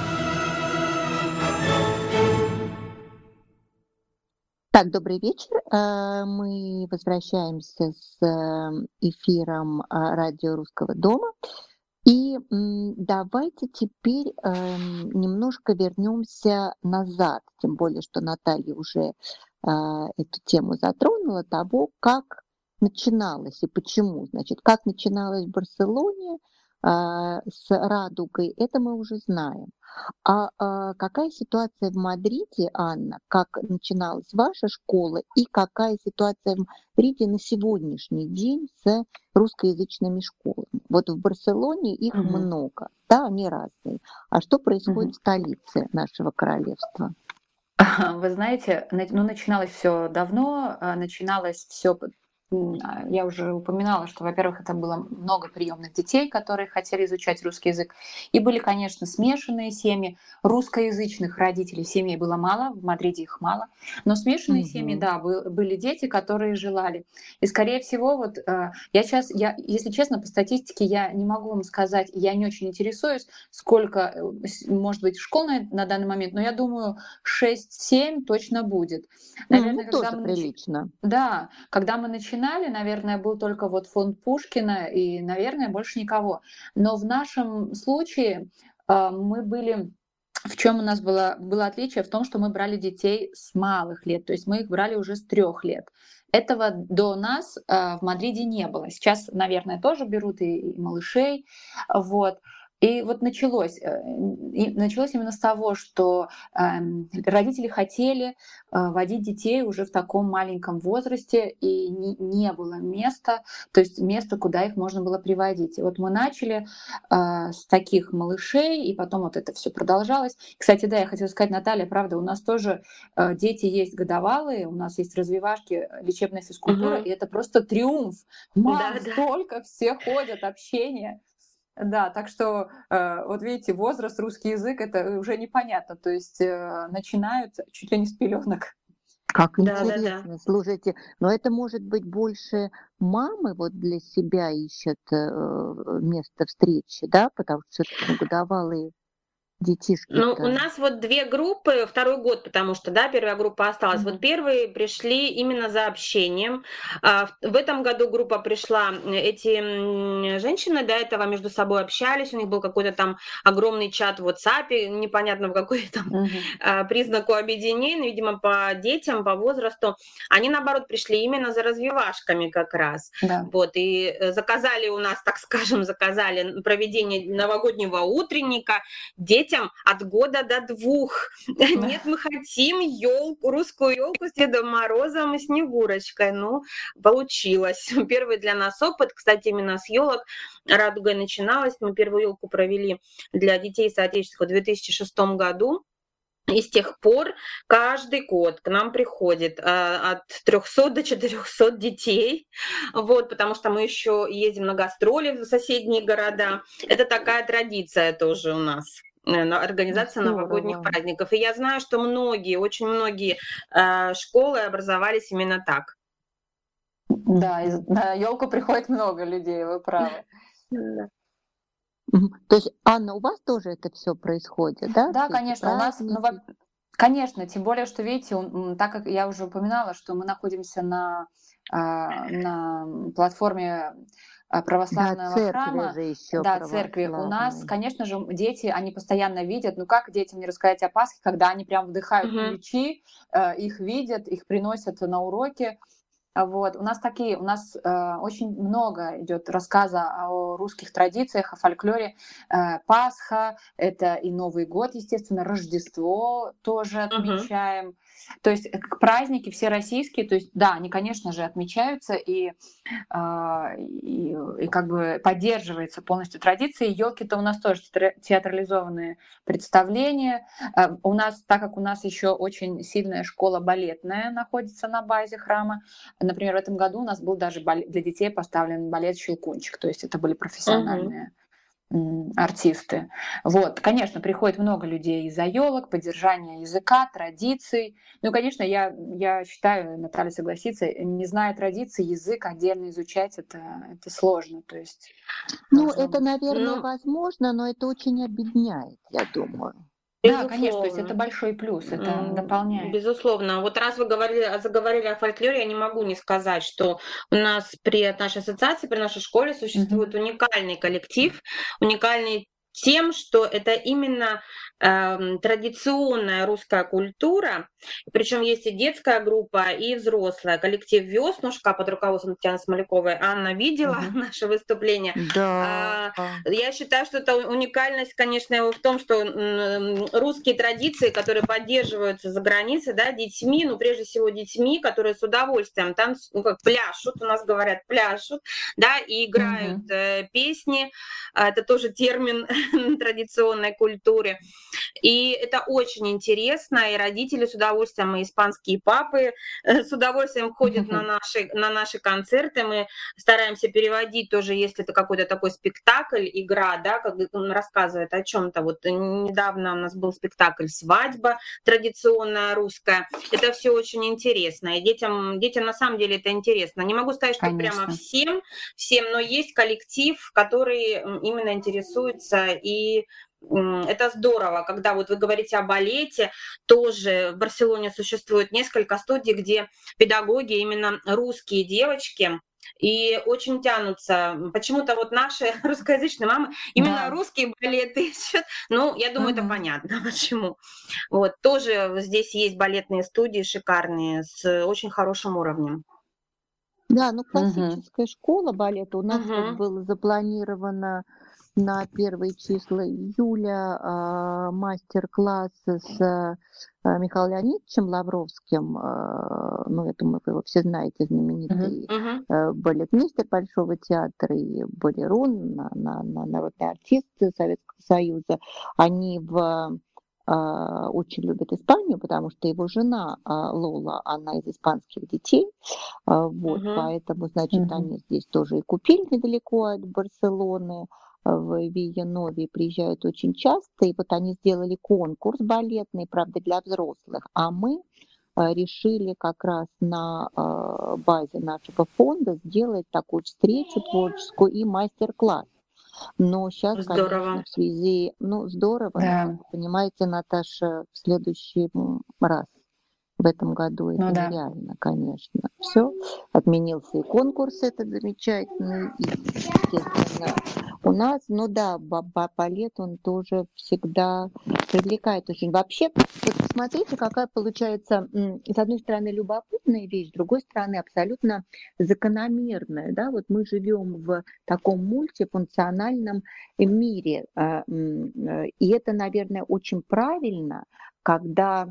Так, добрый вечер. Э, Мы возвращаемся с э, эфиром а, Радио Русского дома. И м, давайте теперь эм, немножко вернемся назад, тем более, что Наталья уже а, эту тему затронула, того, как начиналось и почему. Значит, как начиналось в Барселоне а, с «Радугой», это мы уже знаем. А, а какая ситуация в Мадриде, Анна? Как начиналась ваша школа и какая ситуация в Мадриде на сегодняшний день с русскоязычными школами? Вот в Барселоне их Мгм. много, да, они разные. А что происходит Мгм. в столице нашего королевства? Вы знаете, на ну, начиналось все давно, а, начиналось все. Я уже упоминала, что, во-первых, это было много приемных детей, которые хотели изучать русский язык. И были, конечно, смешанные семьи. Русскоязычных родителей семей было мало, в Мадриде их мало. Но смешанные семьи, Мгм. да, был были дети, которые желали. И, скорее всего, вот, э, я сейчас, я, если честно, по статистике я не могу вам сказать, я не очень интересуюсь, сколько, э, с может быть, школ на на данный момент, но я думаю, шесть-семь точно будет. М, Ну, Наверное, когда тоже мы начи прилично. да, когда мы начинали, наверное, был только вот фонд Пушкина и, наверное, больше никого. Но в нашем случае, а, мы были в чем у нас было было отличие? В том, что мы брали детей с малых лет, то есть мы их брали уже с трех лет. Этого до нас, а, в Мадриде не было. Сейчас, наверное, тоже берут и и малышей. Вот. И вот началось, э, и началось именно с того, что, эм, родители хотели а, водить детей уже в таком маленьком возрасте, и не не было места, то есть места, куда их можно было приводить. И вот мы начали, а, с таких малышей, и потом вот это все продолжалось. Кстати, да, я хотела сказать, Наталья, правда, у нас тоже, э, дети есть годовалые, у нас есть развивашки, э, лечебная физкультура, Мгм. и это просто триумф. Мам, Да-да. столько, все ходят, общение. Да, так что, э, вот видите, возраст, русский язык — это уже непонятно. То есть, э, начинают чуть ли не с пеленок. Как Да-да-да. интересно, слушайте, но это может быть больше мамы вот для себя ищет э, место встречи, да, потому что все-таки ну, годовалые Ну, у детишки-то. нас вот две группы, второй год, потому что, да, первая группа осталась. Вот Мгм. первые пришли именно за общением. А, в в этом году группа пришла, м, эти, м, женщины до этого между собой общались, у них был какой-то там огромный чат в WhatsApp, непонятно по какой там, Мгм. а, признаку объединения, видимо, по детям, по возрасту. Они, наоборот, пришли именно за развивашками как раз. Да. Вот, и, э, заказали у нас, так скажем, заказали проведение новогоднего утренника детям от года до двух. Нет, мы хотим елку, русскую елку с Дедом Морозом и Снегурочкой. Ну, получилось. Первый для нас опыт, кстати, именно с елок радугой начиналась. Мы первую елку провели для детей соотечественных в две тысячи шестом году. И с тех пор каждый год к нам приходит а, от трехсот до четырехсот детей, вот, потому что мы еще ездим на гастроли в соседние города. Это такая традиция тоже у нас, э, на- Ну, организация новогодних здорово. праздников. И я знаю, что многие, очень многие э, школы образовались именно так. Да, из на ёлку приходит много людей, вы правы. Да. Мгм. То есть, Анна, у вас тоже это все происходит, да? Да, Все эти конечно, у нас, ну, праздники? во- конечно, тем более, что, видите, м, так как я уже упоминала, что мы находимся на, а, на платформе а, Да, православного церкви храма, же еще да, церкви, у нас, православные. конечно же, дети, они постоянно видят, ну как детям не рассказать о Пасхе, когда они прям вдыхают Мгм. ключи, э, их видят, их приносят на уроки. А Вот. У нас такие, у нас э, очень много идет рассказа о русских традициях, о фольклоре. Э, Пасха, это и Новый год, естественно, Рождество тоже Мгм. отмечаем. То есть э, к- праздники все российские, то есть да, они, конечно же, отмечаются и, а, и, и как бы поддерживается полностью традиция. Елки-то у нас тоже театра- театрализованные представления. Э, У нас, так как у нас еще очень сильная школа балетная находится на базе храма, например, в этом году у нас был даже бале- для детей поставлен балет «Щелкунчик», то есть это были Мгм. профессиональные м, артисты. Вот, конечно, приходит много людей из-за елок, поддержания языка, традиций. Ну, и, конечно, я, я считаю, Наталья согласится, не зная традиций, язык отдельно изучать это, это сложно. То есть Ну, должно это, быть. наверное, Ну, возможно, но это очень объединяет, я думаю. Да, конечно, то есть это безусловно. большой плюс, это М, дополняет. Безусловно. Вот раз вы говорили, а, заговорили о фольклоре, я не могу не сказать, что у нас при нашей ассоциации, при нашей школе существует Мгм. уникальный коллектив, уникальный тем, что это именно эм, традиционная русская культура, причем есть и детская группа, и взрослая. Коллектив «Веснушка» под руководством Татьяны Смоляковой. Анна видела Мгм. наше выступление. А, Да. Я считаю, что это уникальность, конечно, его в том, что м, русские традиции, которые поддерживаются за границей, да, детьми, ну, прежде всего, детьми, которые с удовольствием танцуют, ну, как пляшут, у нас говорят, пляшут, да, и играют Мгм. э, песни, а, это тоже термин традиционной культуры. И это очень интересно, и родители с удовольствием, и испанские папы э, с удовольствием ходят на наши, на наши концерты. Мы стараемся переводить тоже, если это какой-то такой спектакль, игра, да, как он рассказывает о чем-то. Вот недавно у нас был спектакль «Свадьба» традиционная русская. Это все очень интересно, и детям, детям на самом деле это интересно. Не могу сказать, что прямо Конечно. всем, всем, но есть коллектив, который м, именно интересуется, и м, это здорово, когда вот вы говорите о балете, тоже в Барселоне существует несколько студий, где педагоги именно русские девочки, и очень тянутся. Почему-то вот наши русскоязычные мамы именно Да. русские балеты ищут. Ну, я думаю, это Мгм. понятно, почему. Вот, тоже здесь есть балетные студии шикарные с очень хорошим уровнем. Да, ну Мгм. классическая школа балета. У нас вот Мгм. было запланировано на первые числа июля а, мастер-класс с а, Михаилом Леонидовичем Лавровским. А, ну, я думаю, вы его все знаете, Мгм. знаменитый Мгм. э, балетмейстер Большого театра и балерун, на, на, на- народный артист Советского Союза. Они в а, очень любят Испанию, потому что его жена а, Лола, она из испанских детей. А, Вот, Мгм. поэтому, значит, Мгм. они здесь тоже и купили недалеко от Барселоны, а, в Вильянове, приезжают очень часто. И вот они сделали конкурс балетный, правда, для взрослых, а мы а, решили как раз на а, базе нашего фонда сделать такую встречу творческую и мастер-класс. Но сейчас, конечно, Здорово. в связи, ну, здорово, но, как Да. вы понимаете, Наташа, в следующий м, раз в этом году Ну это да. нереально, конечно. Все, отменился и конкурс этот замечательный, и, естественно, у нас, ну да, ба- ба- балет, он тоже всегда привлекает очень. Вообще, вот посмотрите, какая получается, м, с одной стороны, любопытная вещь, с другой стороны, абсолютно закономерная, да, вот мы живем в таком мультифункциональном мире, а, м, э, и это, наверное, очень правильно, когда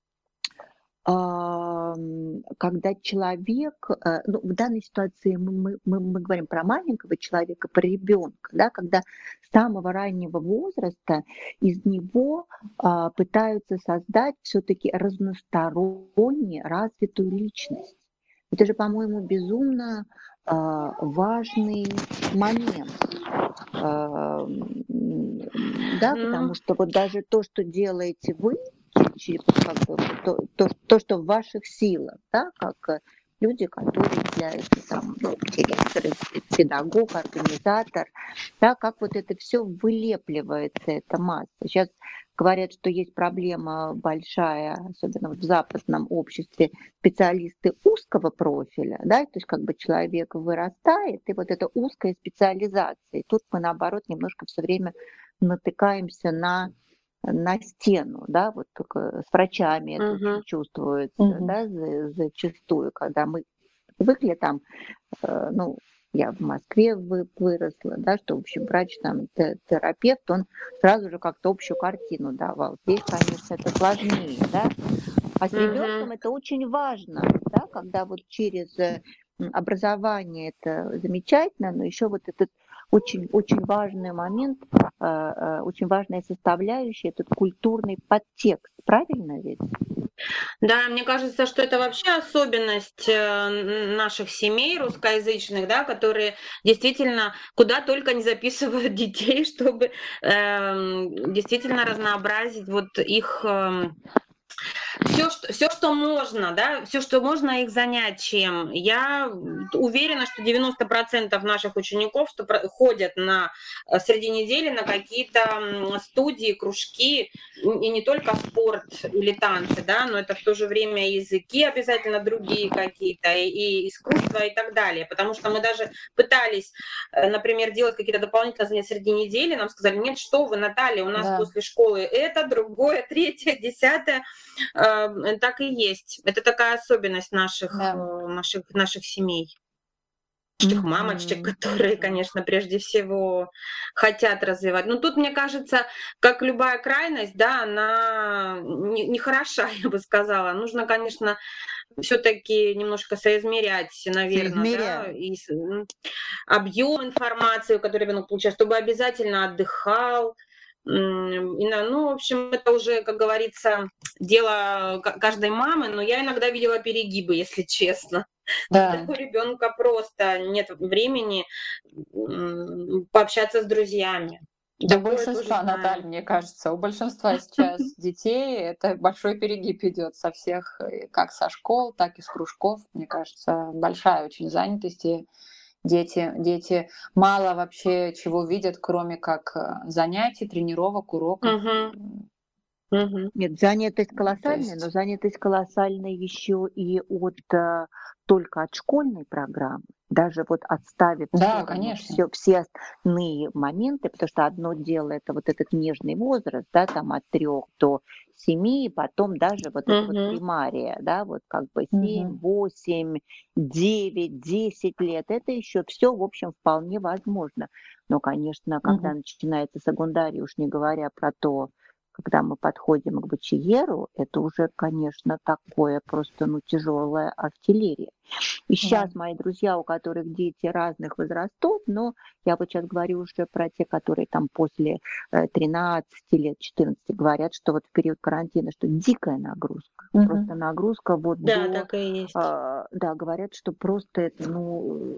ам, когда человек, э, ну, в данной ситуации мы, мы, мы, мы говорим про маленького человека, про ребенка, да, когда с самого раннего возраста из него а, пытаются создать все-таки разносторонне развитую личность. Это же, по-моему, безумно а, важный момент. А, м, да, потому Мгм. что вот даже то, что делаете вы, чи- чи- как бы, то, то, то, что в ваших силах, да, как э, люди, которые являются там, ну, директор, педагог, организатор, да, как вот это все вылепливается, эта масса. Сейчас говорят, что есть проблема большая, особенно вот в западном обществе, специалисты узкого профиля, да, то есть как бы человек вырастает, и вот эта узкая специализация. И тут мы, наоборот, немножко все время натыкаемся на на стену, да, вот только с врачами это Мгм. очень чувствуется, Мгм. да, за- зачастую, когда мы привыкли там, э, ну, я в Москве вы- выросла, да, что, в общем, врач, там, те- терапевт, он сразу же как-то общую картину давал. Здесь, конечно, это сложнее, да, а с ребенком Мгм. это очень важно, да, когда вот через э, м, образование это замечательно, но еще вот этот очень, очень важный момент, э, э, очень важная составляющая, этот культурный подтекст, правильно ведь? Да, мне кажется, что это вообще особенность э, н- наших семей русскоязычных, да, которые действительно куда только не записывают детей, чтобы эм, действительно разнообразить вот их эм, все, что, все, что можно, да, все, что можно их занять чем. Я уверена, что девяносто процентов наших учеников что про- ходят на э, среди недели на какие-то м, студии, кружки, и не только спорт или танцы, да, но это в то же время языки обязательно другие какие-то, и, и искусство и так далее. Потому что мы даже пытались, э, например, делать какие-то дополнительные занятия среди недели, нам сказали, нет, что вы, Наталья, у нас Да. после школы это, другое, третье, десятое. Э, Так и есть. Это такая особенность наших, Да. э, наших, наших семей. Наших мамочек, Мгм. которые, конечно, прежде всего хотят развивать. Но тут, мне кажется, как любая крайность, да, она не, не хороша, я бы сказала. Нужно, конечно, все-таки немножко соизмерять, наверное, да, Соизмеряем. и с- м, объем информации, который ребенок получает, чтобы обязательно отдыхал. М, и на- Ну, в общем, это уже, как говорится, дело ка- каждой мамы, но я иногда видела перегибы, если честно. Когда Да. у ребенка просто нет времени м, пообщаться с друзьями. Да у Такое тоже большинства, Наталья, знаю. мне кажется, у большинства сейчас детей это большой перегиб идет со всех, э, как со школ, так и с кружков. Мне кажется, большая очень занятость, и дети, дети мало вообще чего видят, кроме как э, занятий, тренировок, уроков. Мгм, М, мгм. Нет, занятость м, То колоссальная, но есть, занятость колоссальная еще и от э, только от школьной программы, даже вот отставив в да, сторону конечно. все, все остальные моменты, потому что одно дело это вот этот нежный возраст, да, там от трех до семи, потом даже вот это вот Мгм. примария, да, вот как бы семь, Мгм. восемь, девять, десять лет, это еще все, в общем, вполне возможно. Но, конечно, когда Мгм. начинается секундарий, уж не говоря про то, когда мы подходим к бачиеру, это уже, конечно, такое просто, ну, тяжелая артиллерия. И Да. сейчас мои друзья, у которых дети разных возрастов, но я вот сейчас говорю уже про те, которые там после э, тринадцати лет, четырнадцати, говорят, что вот в период карантина, что дикая нагрузка. Просто Мгм. нагрузка вот Да, до, так и есть. а, да, говорят, что просто это, ну,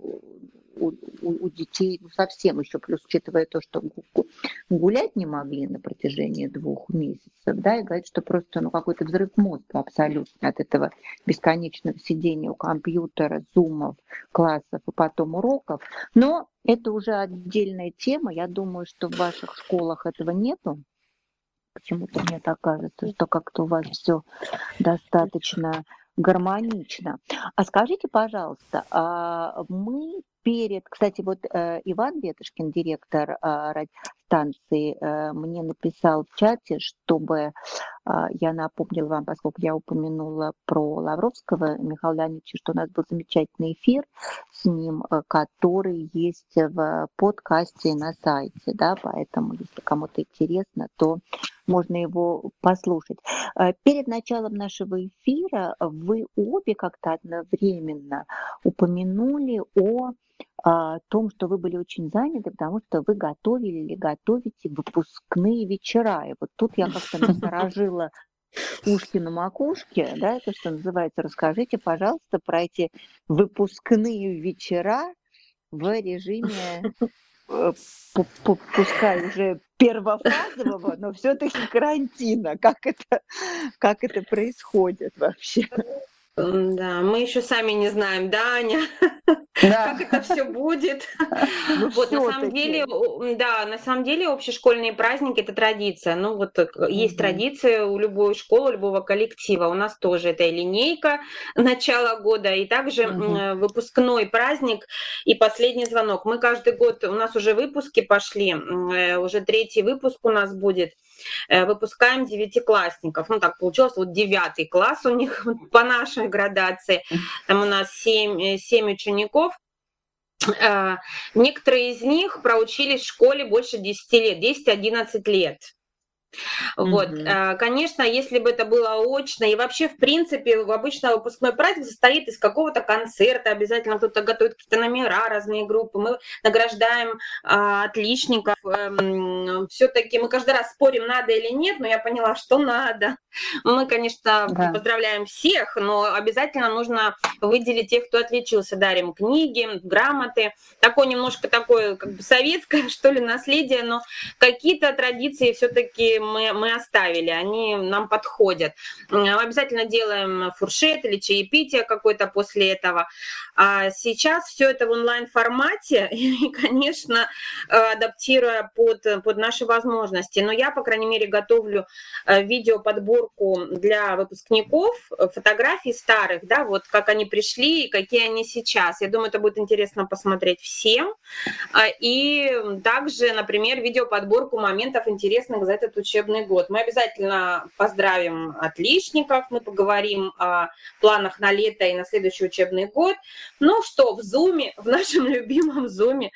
у, у- у детей ну, совсем еще, плюс учитывая то, что гу- гу- гулять не могли на протяжении двух месяцев, да, и говорят, что просто, ну, какой-то взрыв мозга абсолютно от этого бесконечного сидения у компьютера, зумов, классов и потом уроков. Но это уже отдельная тема. Я думаю, что в ваших школах этого нету. Почему-то мне так кажется, что как-то у вас все достаточно гармонично. А скажите, пожалуйста, а мы перед, кстати, вот э, Иван Ветошкин, директор э, радиостанции, э, мне написал в чате, чтобы а, я напомнила вам, поскольку я упомянула про Лавровского Михаила Леонидовича, что у нас был замечательный эфир с ним, э, который есть в подкасте на сайте, да, поэтому, если кому-то интересно, то можно его послушать. Э, Перед началом нашего эфира вы обе как-то одновременно упомянули о а, том, что вы были очень заняты, потому что вы готовили или готовите выпускные вечера. И вот тут я как-то насторожила ушки на макушке, да, это что называется. Расскажите, пожалуйста, про эти выпускные вечера в режиме, э, пу- пу- пускай уже первофазового, но все-таки карантина. Как это, как это происходит вообще? Да, мы еще сами не знаем, да, Аня, Да. как это все будет. Ну, Вот, на самом всё-таки. деле, о, да, на самом деле общешкольные праздники – это традиция. Ну, вот э, к- есть Мгм. традиция у любой школы, у любого коллектива. У нас тоже это и линейка начала года, и также м, Мгм. э, выпускной праздник и последний звонок. Мы каждый год, у нас уже выпуски пошли, м, э, уже третий выпуск у нас будет. Э, Выпускаем девятиклассников. Ну, так получилось, вот девятый класс у них по нашей градации. Там у нас семь, э, семь учеников. Э, Некоторые из них проучились в школе больше десяти лет, десять-одиннадцать лет. Вот, Мгм. э, конечно, если бы это было очно, и вообще, в принципе, обычно выпускной праздник состоит из какого-то концерта, обязательно кто-то готовит какие-то номера, разные группы, мы награждаем а, отличников, все-таки мы каждый раз спорим, надо или нет, но я поняла, что надо. Мы, конечно, Да. поздравляем всех, но обязательно нужно выделить тех, кто отличился, дарим книги, грамоты, такое немножко такое, как бы советское, что ли, наследие, но какие-то традиции все-таки мы, мы оставили, они нам подходят. Мы обязательно делаем фуршет или чаепитие какое-то после этого. А сейчас все это в онлайн-формате, и, конечно, адаптируя под, под наши возможности. Но я, по крайней мере, готовлю видеоподборку для выпускников, фотографий старых, да, вот как они пришли и какие они сейчас. Я думаю, это будет интересно посмотреть всем. И также, например, видеоподборку моментов интересных за этот учебный год. Мы обязательно поздравим отличников, мы поговорим о планах на лето и на следующий учебный год. Ну что, в Зуме, в нашем любимом Зуме.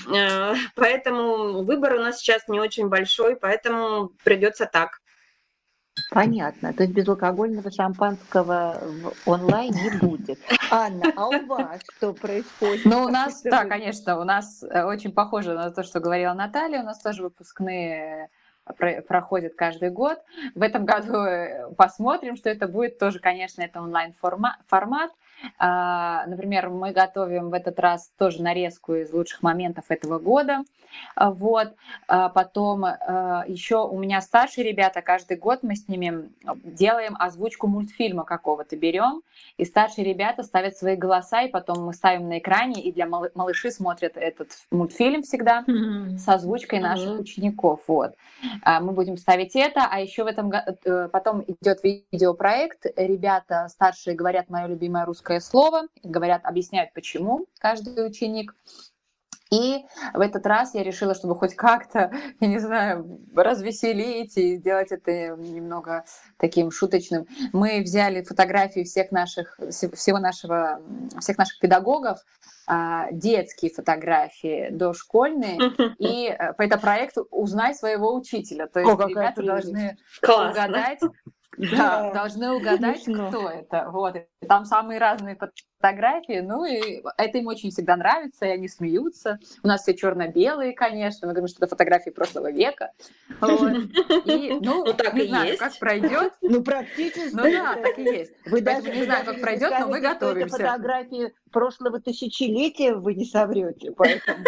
Поэтому выбор у нас сейчас не очень большой, поэтому придется так. Понятно. То есть безалкогольного шампанского в онлайн не будет. Анна, а у вас что происходит? Ну, у нас, да, конечно, у нас э, очень похоже на то, что говорила Наталья. У нас тоже выпускные про- проходят каждый год. В этом году э, посмотрим, что это будет. Тоже, конечно, это онлайн-формат. А, Например, мы готовим в этот раз тоже нарезку из лучших моментов этого года. А, Вот. А Потом а, еще у меня старшие ребята, каждый год мы с ними делаем озвучку мультфильма какого-то, берем, и старшие ребята ставят свои голоса, и потом мы ставим на экране, и для малы- малыши смотрят этот мультфильм всегда с озвучкой наших Мгм. учеников. Вот. А, Мы будем ставить это, а еще в этом го- э, потом идет видеопроект. Ребята старшие говорят мое любимое русское слово, говорят, объясняют, почему каждый ученик. И в этот раз я решила, чтобы хоть как-то, я не знаю, развеселить и сделать это немного таким шуточным. Мы взяли фотографии всех наших, все- всего нашего, всех наших педагогов, а, детские фотографии, дошкольные, и э, это проект «Узнай своего учителя». То О, есть какая ребята прелесть. должны Классно. угадать, да, Да, должны угадать, смешно. кто это. Вот. И там самые разные фотографии, ну и это им очень всегда нравится, и они смеются. У нас все черно-белые, конечно, мы говорим, что это фотографии прошлого века. Вот. И, ну, Ну, так не и знаю, как есть. пройдет. Ну, практически. Ну да, так и есть. Вы Поэтому даже, не вы знаю, даже как если пройдет, но мы скажете, что это готовимся. фотографии прошлого тысячелетия, вы не соврете, поэтому.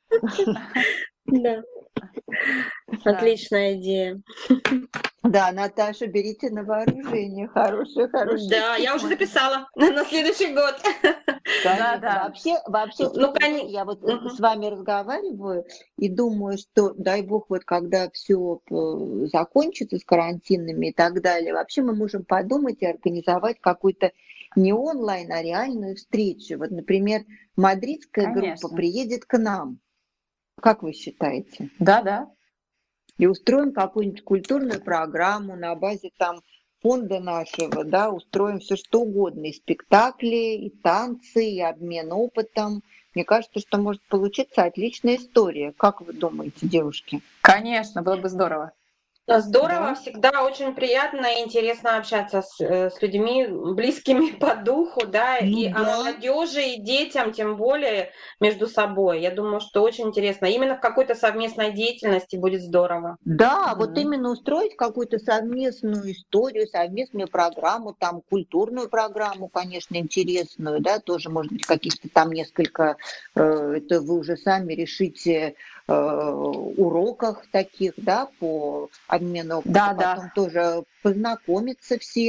Да, Да. отличная идея. Да, Наташа, берите на вооружение. Хорошая, хорошая Да, я тема. уже записала на следующий год. Конечно. Да. Вообще, вообще, Ну, слушайте, конечно. я вот Мгм. с вами разговариваю и думаю, что, дай бог, вот когда все закончится с карантинами и так далее, вообще мы можем подумать и организовать какую-то не онлайн, а реальную встречу. Вот, например, мадридская группа Конечно. приедет к нам. Как вы считаете? Да, да. И устроим какую-нибудь культурную программу на базе там фонда нашего, да, устроим все что угодно, и спектакли, и танцы, и обмен опытом. Мне кажется, что может получиться отличная история. Как вы думаете, девушки? Конечно, было бы здорово. Здорово, Да? всегда очень приятно и интересно общаться с, э, с людьми, близкими по духу, да, Ну и о да. молодежи, и детям, тем более между собой. Я думаю, что очень интересно. Именно в какой-то совместной деятельности будет здорово. Да, вот Мгм. именно устроить какую-то совместную историю, совместную программу, там культурную программу, конечно, интересную, да, тоже, может быть, каких-то там несколько, э, это вы уже сами решите, э, уроках таких, да, по обмену опыта, Да, да. потом тоже познакомиться все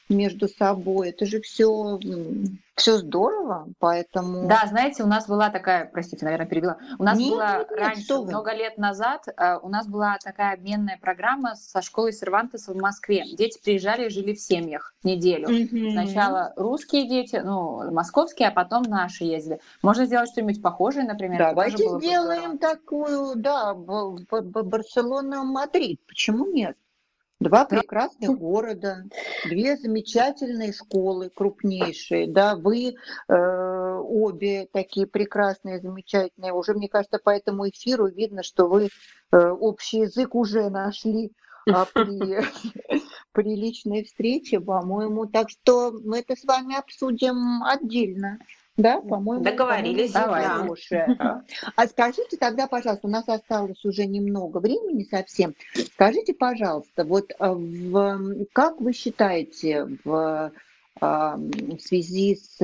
между собой. Это же все, все здорово, поэтому... Да, знаете, у нас была такая, простите, наверное, перебила, у нас Нет, была нет, нет, раньше, что вы. много лет назад, э, у нас была такая обменная программа со школой Сервантеса в Москве. Дети приезжали и жили в семьях неделю. Мгм. Сначала русские дети, ну, московские, а потом наши ездили. Можно сделать что-нибудь похожее, например? Это тоже Давайте было бы здорово. сделаем такую, да, Б- Б- Б- Барселона-Мадрид. Почему нет? Два Да. прекрасных города, две замечательные школы, крупнейшие, да, вы э, обе такие прекрасные, замечательные. Уже, мне кажется, по этому эфиру видно, что вы э, общий язык уже нашли а, при, при личной встрече, по-моему. Так что мы это с вами обсудим отдельно. Да, по-моему, Договорились, по-моему, Давайте. да. хорошее. А скажите тогда, пожалуйста, у нас осталось уже немного времени совсем. Скажите, пожалуйста, вот а, в, как вы считаете, в, а, в связи с,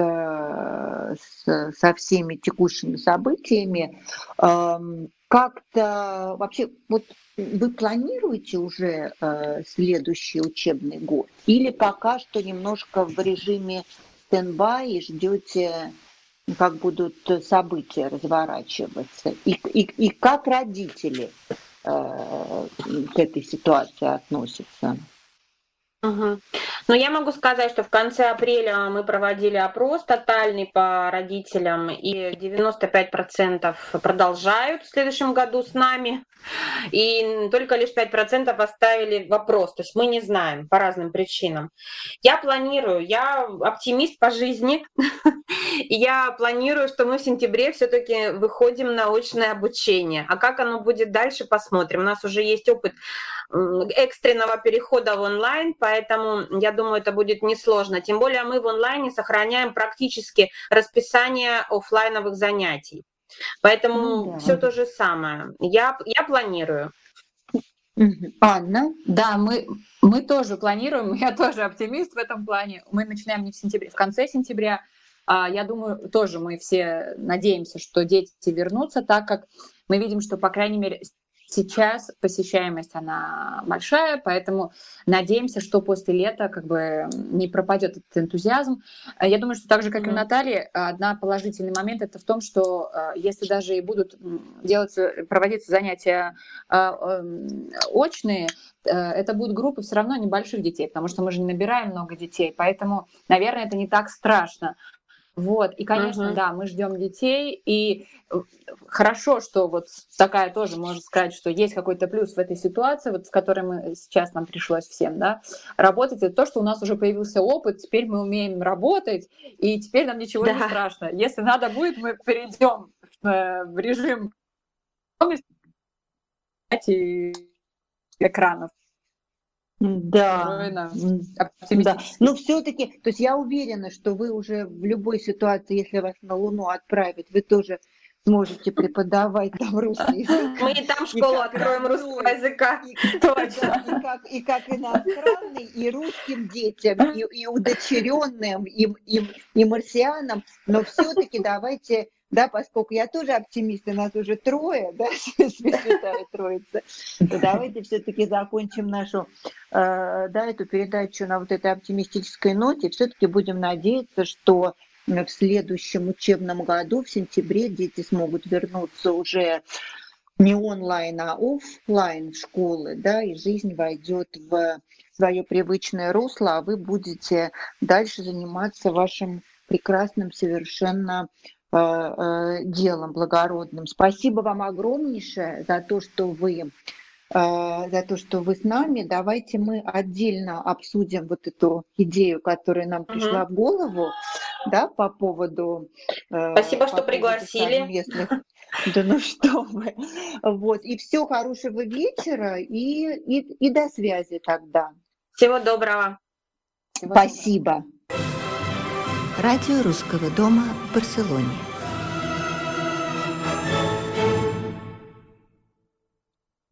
а, с- со всеми текущими событиями, ам, как-то вообще вот вы планируете уже э, следующий учебный год? Или пока что немножко в режиме стендбай и ждете, как будут события разворачиваться? И, и, и как родители э, к этой ситуации относятся? Мгм. Но я могу сказать, что в конце апреля мы проводили опрос тотальный по родителям, и девяносто пять процентов продолжают в следующем году с нами, и только лишь пять процентов оставили вопрос, то есть мы не знаем по разным причинам. Я планирую, я оптимист по жизни, и я планирую, что мы в сентябре все-таки выходим на очное обучение. А как оно будет дальше, посмотрим. У нас уже есть опыт экстренного перехода в онлайн, поэтому я думаю, это будет несложно. Тем более мы в онлайне сохраняем практически расписание офлайновых занятий. Поэтому Ну да. все то же самое. Я, я планирую. Мгм. Анна? Да, мы, мы тоже планируем, я тоже оптимист в этом плане. Мы начинаем не в сентябре, в конце сентября. А, Я думаю, тоже мы все надеемся, что дети вернутся, так как мы видим, что, по крайней мере, сейчас посещаемость, она большая, поэтому надеемся, что после лета как бы не пропадет этот энтузиазм. А Я думаю, что так же, как и у Мгм. Натальи, одна положительный момент это в том, что э, если даже и будут м, делаться, проводиться занятия э, эм, очные, э, это будут группы все равно небольших детей, потому что мы же не набираем много детей, поэтому, наверное, это не так страшно. Вот, и, конечно, Мгм. да, мы ждем детей, и э, хорошо, что вот такая тоже, можно сказать, что есть какой-то плюс в этой ситуации, вот с которой мы сейчас нам пришлось всем, да, работать, это то, что у нас уже появился опыт, теперь мы умеем работать, и теперь нам ничего не Да. страшно. Если надо будет, мы перейдем э, в режим экранов. Да, Устроено м, да. оптимистически. Но все-таки, то есть я уверена, что вы уже в любой ситуации, если вас на Луну отправят, вы тоже сможете преподавать там русский язык. Мы и там И школу как откроем русского родной, языка. и, да, и, как, и как иностранный, и русским детям, и, и удочеренным, и, и, и марсианам. Но все-таки давайте, да, поскольку я тоже оптимист, и нас уже трое, да, Святая Троица, то давайте все-таки закончим нашу, э, да, эту передачу на вот этой оптимистической ноте. Все-таки будем надеяться, что в следующем учебном году, в сентябре, дети смогут вернуться уже не онлайн, а офлайн школы, да, и жизнь войдет в свое привычное русло, а вы будете дальше заниматься вашим прекрасным совершенно э, э, делом благородным. Спасибо вам огромнейшее за то, что вы за то, что вы с нами. Давайте мы отдельно обсудим вот эту идею, которая нам пришла в голову, да, по поводу... Спасибо, по что поводу пригласили. совместных. Да ну что вы. Вот. И всего хорошего вечера, и, и, и до связи тогда. Всего доброго. Всего Спасибо. Радио Русского дома в Барселоне.